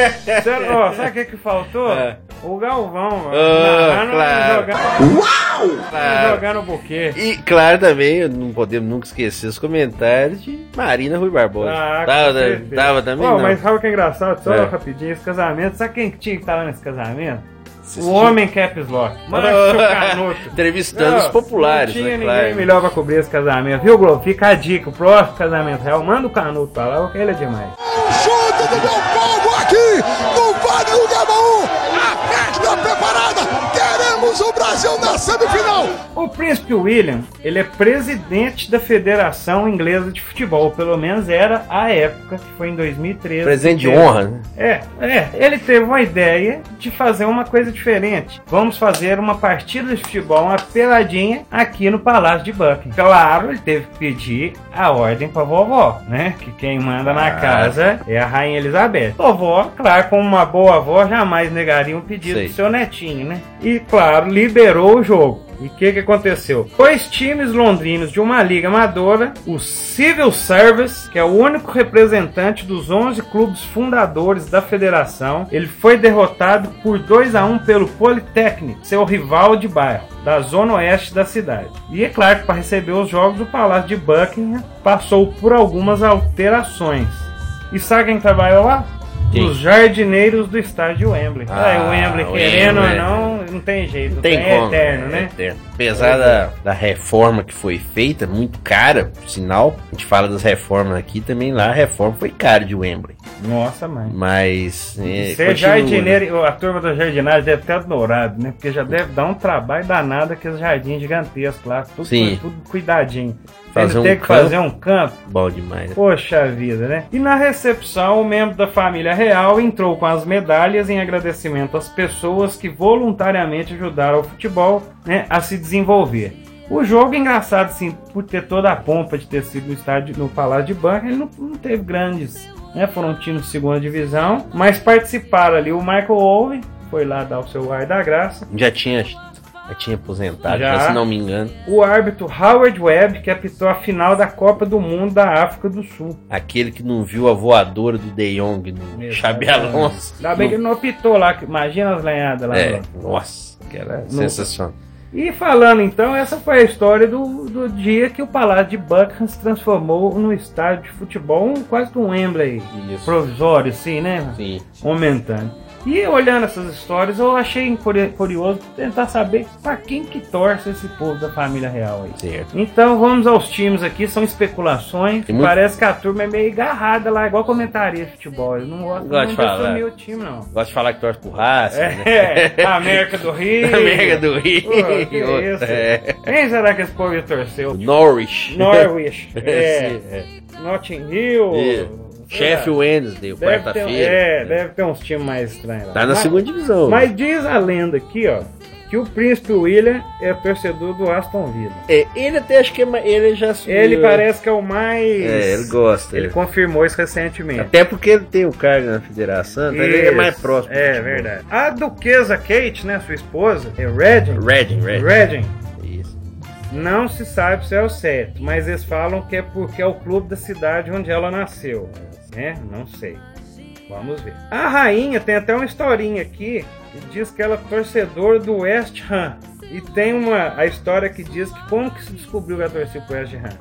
Cê- ó, sabe o que, que faltou? É. O Galvão, Ah, narrando claro. e jogando, Uau! Claro. jogando o buquê. E claro também, não podemos nunca esquecer os comentários de Marina Rui Barbosa. Ah, com tava, certeza. tava também, Ó, não. mas sabe o que é engraçado? Só É. rapidinho, esse casamento. Sabe quem que tinha que estar lá nesse casamento? Assistiu. O homem Caps Lock. Márcio Canuto. Entrevistando os Não, populares, não tinha né? ninguém Claro. melhor pra cobrir esse casamento. Viu, Globo? Fica a dica. O próximo casamento real, manda o Canuto pra lá, porque ele é demais. Chute do meu povo aqui no Vale do Gabaú. A festa preparada. Queremos o Brasil na semifinal. O príncipe William, ele é presidente da Federação Inglesa de Futebol, pelo menos era a época, que foi em dois mil e treze. Presente de Teve- honra, né? É, é, ele teve uma ideia de fazer uma coisa diferente. Vamos fazer uma partida de futebol, uma peladinha, aqui no Palácio de Buckingham. Claro, ele teve que pedir a ordem pra vovó, né? Que quem manda na Ah. casa é a Rainha Elizabeth. Vovó, claro, como uma boa avó, jamais negaria um pedido Sei. do seu netinho, né? E, claro, liberou o jogo. E o que, que aconteceu? Dois times londrinos de uma liga amadora, o Civil Service, que é o único representante dos onze clubes fundadores da federação, ele foi derrotado por dois a um pelo Polytechnic, seu rival de bairro, da zona oeste da cidade. E é claro que para receber os jogos, o Palácio de Buckingham passou por algumas alterações. E sabe quem trabalhou lá? Quem? Os jardineiros do estádio Wembley. Ah, Ah, o Wembley, o querendo Wembley. ou não, não tem jeito. Não tem é como. eterno, né? É eterno. Apesar da, da reforma que foi feita, muito cara, por sinal, a gente fala das reformas aqui, também lá a reforma foi cara de Wembley. Nossa, mãe. Mas. É, Ser continua, jardineiro, a turma da jardinagem deve ter adorado, né? Porque já deve dar um trabalho danado aqueles jardins gigantescos lá, tudo, Sim. tudo cuidadinho. Fazer Ele um tem que campo. fazer um campo. Bom demais. Poxa vida, né? E na recepção, o membro da família real entrou com as medalhas em agradecimento às pessoas que voluntariamente ajudaram o futebol, né, a se desenvolver. O jogo, engraçado, assim, por ter toda a pompa de ter sido no estádio, no Palácio de Buckingham, ele não, não teve grandes, né? Foram times de segunda divisão, mas participaram ali o Michael Owen, foi lá dar o seu ar da graça. Já tinha, já tinha aposentado, Já. já, se não me engano. O árbitro Howard Webb, que apitou a final da Copa do Mundo da África do Sul. Aquele que não viu a voadora do De Jong no Xabi Alonso. Ainda bem que ele não apitou lá, que imagina as lenhadas lá. É, no- nossa, que era No- sensacional. E falando então, essa foi a história do, do dia que o Palácio de Buckingham se transformou no estádio de futebol, um, quase que um Wembley Isso. provisório, assim, né? Sim. Momentâneo. E olhando essas histórias, eu achei curi- curioso tentar saber para quem que torce esse povo da família real aí. Certo. Então vamos aos times aqui, são especulações. Tem muito- Parece que a turma é meio agarrada lá, igual comentaria de futebol. Eu não gosto, Gosto não de falar. defini o time, não. Gosto de falar que torce pro Racing, né? É, a América do Rio. América do Rio. Pô, que isso? É. Quem será que esse povo ia torcer? O Norwich. Norwich. É. Sim, é. Notting Hill. É. Sheffield Wednesday, Deve ter, quarta-feira. é, deve ter uns times mais estranhos lá. Tá na Mas- segunda divisão. Mas diz a lenda aqui, ó, que o príncipe William é torcedor do Aston Villa. É, ele até acho que é, ma- ele já assumiu. Ele parece que é o mais... É, ele gosta. Ele Ele confirmou isso recentemente. Até porque ele tem o cargo na federação, então ele é Isso, mais próximo. do É, futebol. verdade. A duquesa Kate, né, sua esposa, é Redding. Reading, Reading. Redding. Isso. Não se sabe se é o certo, mas eles falam que é porque é o clube da cidade onde ela nasceu, né? Não sei. Vamos ver. A rainha tem até uma historinha aqui que diz que ela é torcedora do West Ham. E tem uma a história que diz que como que se descobriu que ela torcia pro West Ham.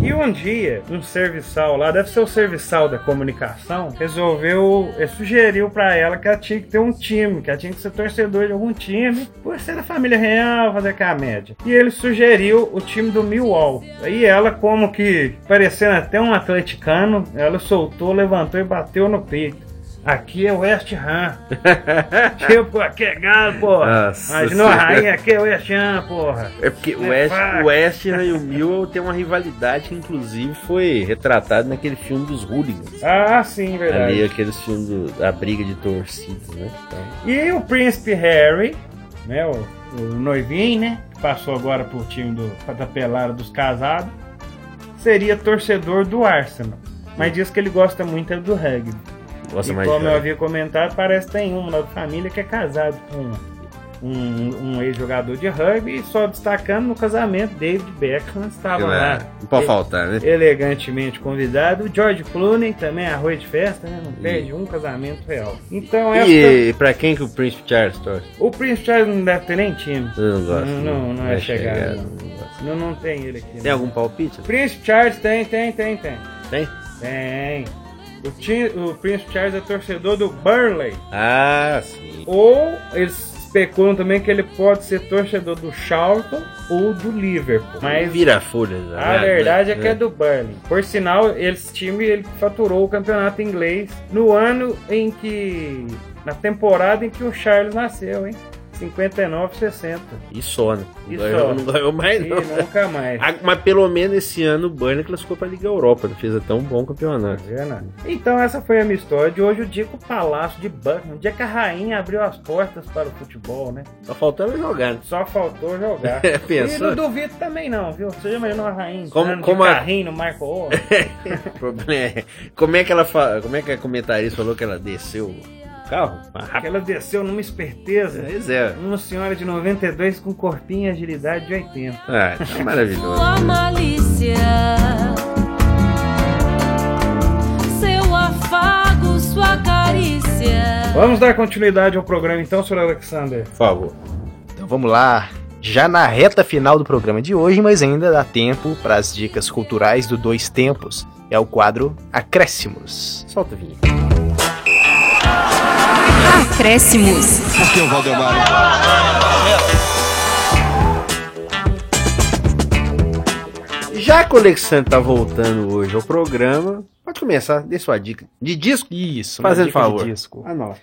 E um dia, um serviçal lá, deve ser o serviçal da comunicação, resolveu, ele sugeriu pra ela que ela tinha que ter um time, que ela tinha que ser torcedor de algum time, por ser da família real, fazer com a média. E ele sugeriu o time do Millwall. Aí ela, como que, parecendo até um atleticano, ela soltou, levantou e bateu no peito. Aqui é o West Ham. Tipo, aqui é galo, porra. Imaginou a rainha, aqui é o West Ham, porra. É porque o West, o West Ham e o Millwall tem uma rivalidade que inclusive foi retratada naquele filme dos Hooligans. Ah, sim, verdade. Ali, aqueles filmes do, da briga de torcidas, né? Então... E o príncipe Harry, né, o, o noivinho, né, que passou agora pro time do, da pelada dos casados, seria torcedor do Arsenal. Mas diz que ele gosta muito é do rugby. Gosta e mais como de eu havia comentado, parece que tem um na família que é casado com um, um ex-jogador de rugby, e só destacando no casamento, David Beckham estava Eu, lá. Não pode faltar, né? Elegantemente convidado. O George Clooney também, arroz de festa, né? Não perde um casamento real. Então essa... E pra quem que o Príncipe Charles torce? O Príncipe Charles não deve ter nem time. Eu não gosto. Não, não, não é, é chegado. chegado. Não, não, não tem ele aqui. Tem não. algum palpite? Príncipe Charles tem, tem, tem, tem. Tem? Tem. O, time, o Príncipe Charles é torcedor do Burnley. Ah, sim. Ou eles especulam também que ele pode ser torcedor do Charlton ou do Liverpool. Mas vira folha. A né? verdade é que é do Burnley. Por sinal, esse time ele faturou o campeonato inglês no ano em que... Na temporada em que o Charles nasceu, hein? cinquenta e nove, sessenta. E só, né? E ganhou, só. Não ganhou mais, E não. nunca mais. Ah, mas pelo menos esse ano o Burnley classificou pra Liga Europa. Não fez até um bom campeonato. Então essa foi a minha história de hoje, o dia que o Palácio de Buckingham, o dia que a rainha abriu as portas para o futebol, né? Só faltava jogar, né? Só faltou jogar. Pensou? E não duvido também não, viu? Você já imaginou a rainha Como- de como a- carrinho no Marco Polo? O problema é... Como é que ela fa... Como é que a comentarista falou que ela desceu o carro? Que ela desceu numa esperteza. Pois é. Uma senhora de noventa e dois com corpinho e agilidade de oitenta. Ah, tá maravilhoso. Sua malícia, seu afago, sua carícia. Vamos dar continuidade ao programa então, senhor Alexander. Por favor. Então vamos lá. Já na reta final do programa de hoje, mas ainda dá tempo para as dicas culturais do Dois Tempos. É o quadro Acréscimos. Solta a vinheta. Acréscimos. Aqui é o Valdemar. Já que o Alexandre tá voltando hoje ao programa, pode começar, dê sua dica de disco. Isso, uma Fazendo dica de favor. disco. Ah, não.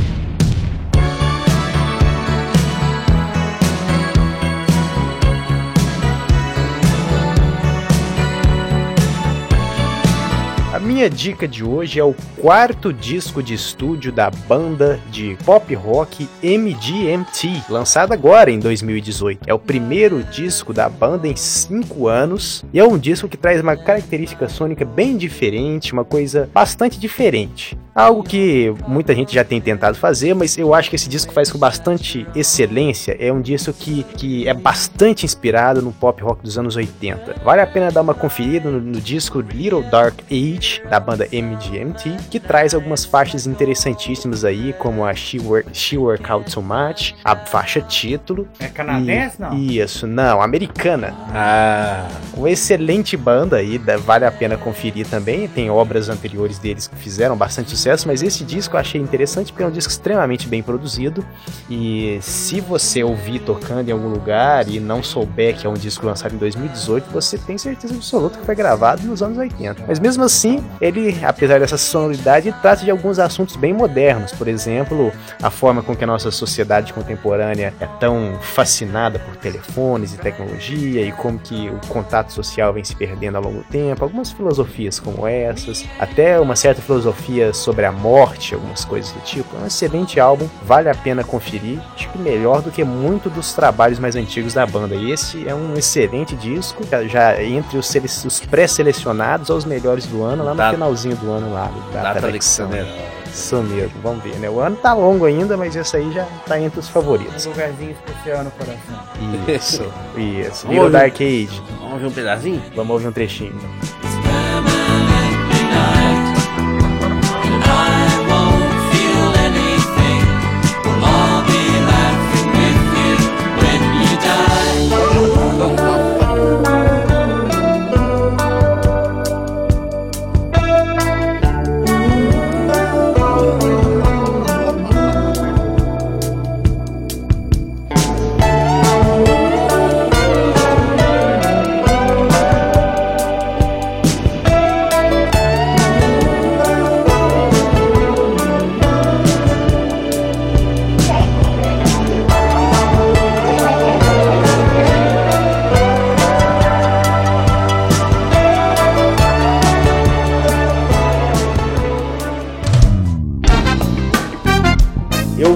A minha dica de hoje é o quarto disco de estúdio da banda de pop rock M G M T, lançado agora em dois mil e dezoito. É o primeiro disco da banda em cinco anos e é um disco que traz uma característica sônica bem diferente, uma coisa bastante diferente. Algo que muita gente já tem tentado fazer, mas eu acho que esse disco faz com bastante excelência. É um disco que, que é bastante inspirado no pop rock dos anos oitenta. Vale a pena dar uma conferida no, no disco Little Dark Age, da banda M G M T, que traz algumas faixas interessantíssimas aí, como a She Work, She Work Out So Much, a faixa título. É canadense, e, não? Isso, não, americana. Ah, Uma excelente banda aí, vale a pena conferir também. Tem obras anteriores deles que fizeram bastante sucesso, mas esse disco eu achei interessante porque é um disco extremamente bem produzido. E se você ouvir tocando em algum lugar e não souber que é um disco lançado em dois mil e dezoito, você tem certeza absoluta que foi gravado nos anos oitenta. Mas mesmo assim, ele, apesar dessa sonoridade, trata de alguns assuntos bem modernos. Por exemplo, a forma com que a nossa sociedade contemporânea é tão fascinada por telefones e tecnologia, e como que o contato social vem se perdendo ao longo do tempo. Algumas filosofias como essas, até uma certa filosofia sobre a morte, algumas coisas do tipo. É um excelente álbum, vale a pena conferir. Acho que melhor do que muito dos trabalhos mais antigos da banda. E esse é um excelente disco, já entre os, sele- os pré-selecionados aos melhores do ano, lá no Data- finalzinho do ano lá. Da Data Alexander. Alexander. Isso mesmo, vamos ver, né? O ano tá longo ainda, mas esse aí já tá entre os favoritos. Um lugarzinho especial no coração. Isso, isso. Vamos Little ouvir. Dark Age. Vamos ver um pedacinho? Vamos ouvir um trechinho.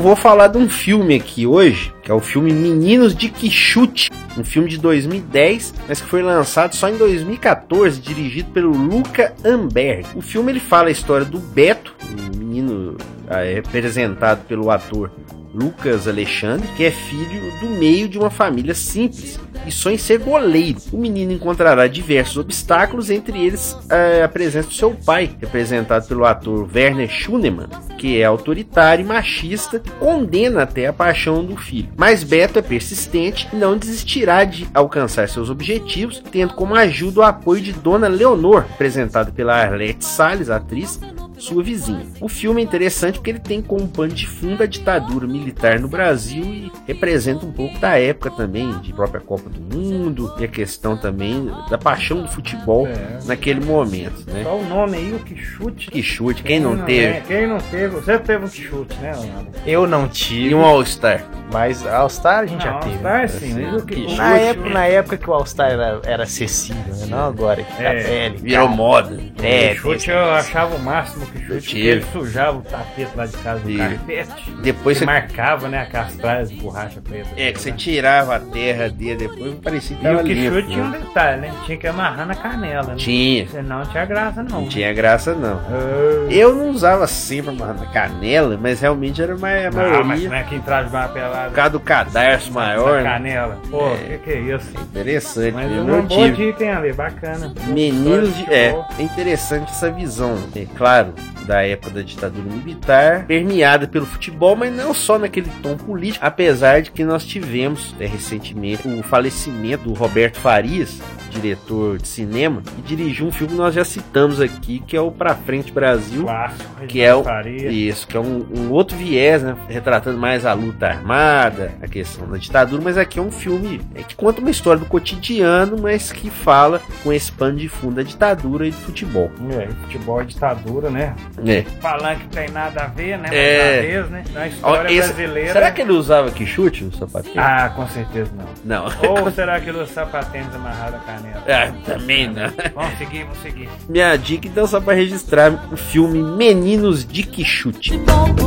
vou falar de um filme aqui hoje, que é o filme Meninos de Quixote, um filme de dois mil e dez, mas que foi lançado só em dois mil e quatorze, dirigido pelo Luca Amberg. O filme ele fala a história do Beto, um menino é, representado pelo ator Lucas Alexandre, que é filho do meio de uma família simples e sonha em ser goleiro. O menino encontrará diversos obstáculos, entre eles a presença do seu pai, representado pelo ator Werner Schunemann, que é autoritário e machista e condena até a paixão do filho. Mas Beto é persistente e não desistirá de alcançar seus objetivos, tendo como ajuda o apoio de Dona Leonor, representada pela Arlete Salles, atriz, sua vizinha. O filme é interessante porque ele tem como pano de fundo a ditadura militar no Brasil e representa um pouco da época também, de própria Copa do Mundo, e a questão também da paixão do futebol é. naquele momento, né? Só o nome aí, o Quixote. Quixote, quem, quem não, não teve? É, quem não teve, você teve um Quixote, né, Leonardo? Eu não tive. E um All-Star. Mas All-Star a gente não, já teve. All-Star sim, mas o Quixote. Na época, na época que o All-Star era, era acessível, né? Não agora, que tá é. velho. Virou moda. É, Quixote eu achava o máximo o Quixote, porque ele sujava o tapete lá de casa do e carpete. Depois você você marcava, né, aquelas tralhas de borracha preta. É, que você tirava a terra dele, depois parecia que tava limpo. E o Quixote tinha um detalhe, né? Tinha que amarrar na canela, né? Tinha. Senão não tinha graça, não. Não né? tinha graça, não. Uh... Eu não usava sempre amarrar na canela, mas realmente era mais a maioria. Ah, mas como é que entrava de uma pelada? Por causa do cadarço maior. Na canela. Pô, o é, que, que é isso? Interessante. Mas eu uma não boa tive. dica, hein, Ale? Bacana. Meninos de... É, é interessante essa visão, é claro, da época da ditadura militar, permeada pelo futebol, mas não só naquele tom político, apesar de que nós tivemos é, recentemente o falecimento do Roberto Farias, diretor de cinema, que dirigiu um filme que nós já citamos aqui, que é o Pra Frente Brasil, Clássico, que é o, Faria. isso, que é um, um outro viés, né, retratando mais a luta armada, a questão da ditadura, mas aqui é um filme é, que conta uma história do cotidiano, mas que fala com esse pano de fundo da ditadura e do futebol. É, futebol é ditadura, né? É. Falando que tem nada a ver, né? É. Vez, né? Na história Esse, brasileira. será que ele usava Quixote no sapatinho? Ah, com certeza não. Não. Ou será que ele usa sapatênis amarrado à canela? Ah, também não. Vamos seguir, vamos seguir. Minha dica, então, só para registrar o filme Meninos de Quixote.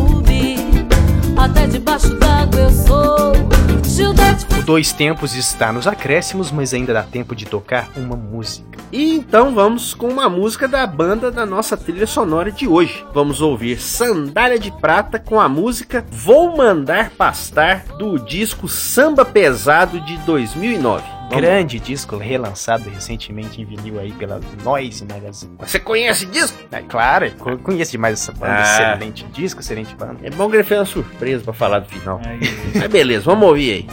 Até debaixo d'água eu sou Gildete. O Dois Tempos está nos acréscimos, mas ainda dá tempo de tocar uma música. E então vamos com uma música da banda da nossa trilha sonora de hoje. Vamos ouvir Sandália de Prata com a música Vou Mandar Pastar, do disco Samba Pesado de dois mil e nove. Vamos. Grande disco, relançado recentemente em vinil aí pela Noise Magazine. Você conhece disco? É claro, eu conheço demais essa banda. Ah. Excelente disco, excelente banda. É bom que ele fez uma surpresa pra falar do final. Aí. Mas beleza, vamos ouvir aí.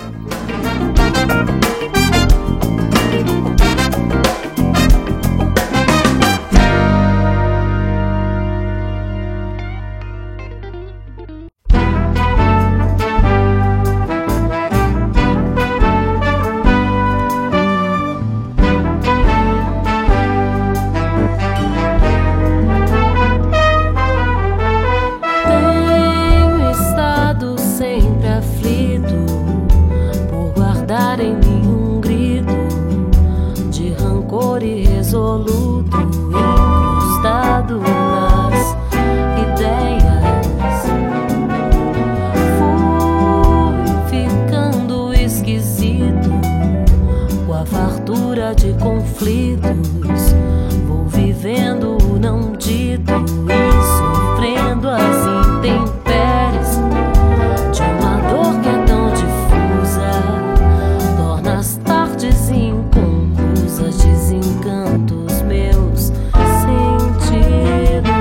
De conflitos, vou vivendo o não dito e sofrendo as intempéries de uma dor que é tão difusa, torna as tardes inconclusas, desencanta os meus sentidos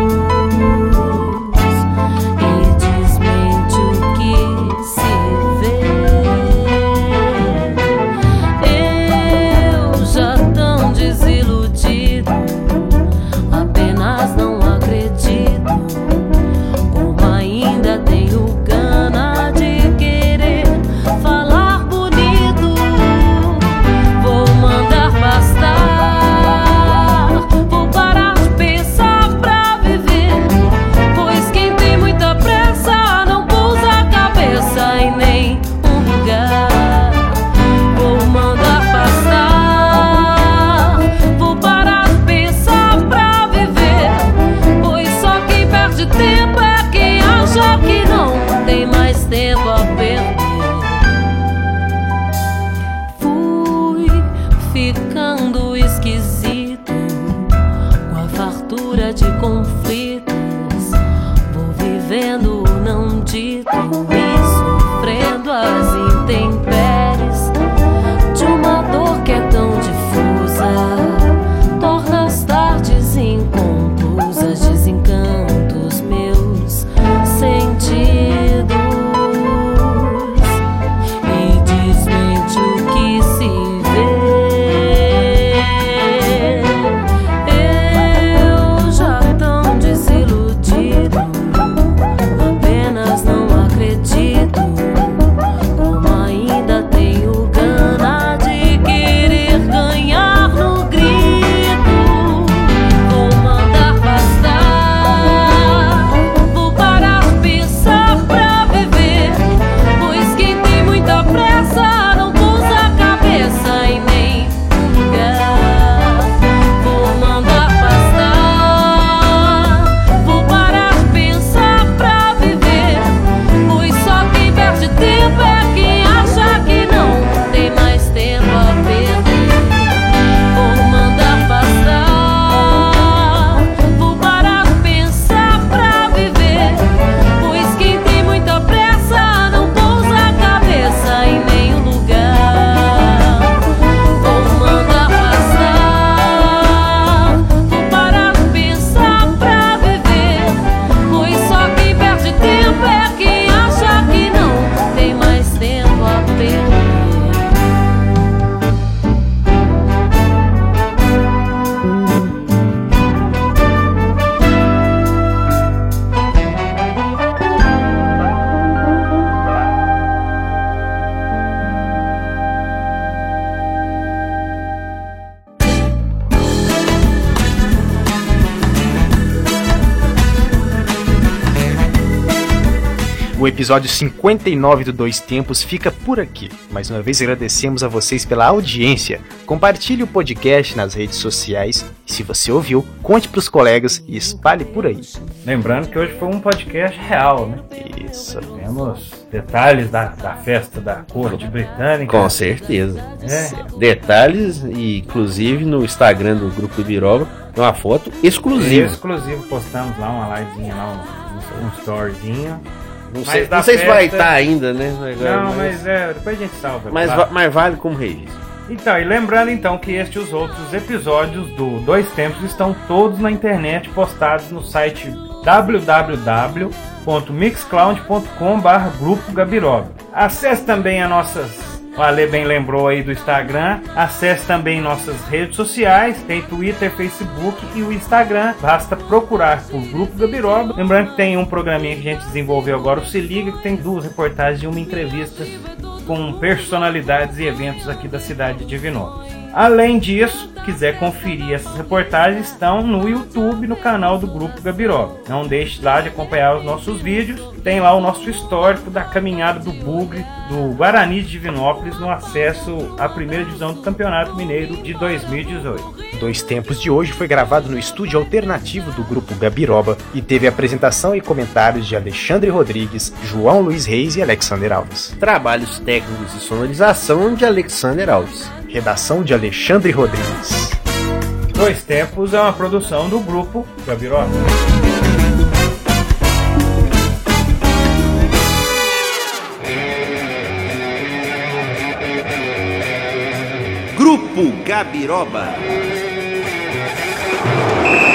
e desmente o que se vê. Desiludido, apenas não cheia de conflitos. Vou vivendo o não dito e sofrendo as intempéries de uma dor que é tão difusa. Torna as tardes inconclusas, desencanta os meus sentidos e desmente o que se vê. Eu já tão desiludido, apenas não acredito, como ainda tenho gana de querer ganhar no grito. Vou mandar bastar, vou parar de pensar pra viver, pois quem tem muita pressa não pousa a cabeça em nem lugar. Vou mandar bastar, vou parar de pensar pra viver, pois só quem perde tempo é quem acha que não tem mais tempo a perder. Vou mandar bastar, vou parar de pensar pra viver, pois quem tem muita pressa não pousa a cabeça em nenhum lugar. Vou mandar bastar, vou parar de pensar pra viver, pois só quem perde tempo é quem acha que não tem mais tempo a perder. O episódio cinquenta e nove do Dois Tempos fica por aqui. Mais uma vez agradecemos a vocês pela audiência. Compartilhe o podcast nas redes sociais e, se você ouviu, conte pros colegas e espalhe por aí. Lembrando que hoje foi um podcast real, né? Isso. Temos detalhes da, da festa da corte britânica. Com certeza. É. Detalhes, e inclusive no Instagram do Grupo Ibiroba tem uma foto exclusiva. Exclusivo, postamos lá uma livezinha, lá um, um storyzinho. Não Mas sei, da não sei se vai festa- estar ainda, né? Agora, Não, mas é, depois a gente salva. mas, tá? va- mas vale como registro. Então, e lembrando então que este e os outros episódios do Dois Tempos estão todos na internet, postados no site w w w ponto mixcloud ponto com barra Grupo Gabiroba. Acesse também as nossas... O Ale bem lembrou aí do Instagram. Acesse também nossas redes sociais. Tem Twitter, Facebook e o Instagram. Basta procurar por Grupo Gabiroba. Lembrando que tem um programinha que a gente desenvolveu agora, o Se Liga, que tem duas reportagens e uma entrevista com personalidades e eventos aqui da cidade de Divinópolis. Além disso, quiser conferir essas reportagens, estão no YouTube, no canal do Grupo Gabiroba. Não deixe lá de acompanhar os nossos vídeos. Tem lá o nosso histórico da caminhada do Bugre, do Guarani de Divinópolis, no acesso à primeira divisão do Campeonato Mineiro de dois mil e dezoito. Dois Tempos de hoje foi gravado no estúdio alternativo do Grupo Gabiroba e teve apresentação e comentários de Alexandre Rodrigues, João Luiz Reis e Alexander Alves. Trabalhos técnicos e sonorização de Alexander Alves. Redação de Alexandre Rodrigues. Dois Tempos é uma produção do Grupo Gabiroba. Grupo Gabiroba.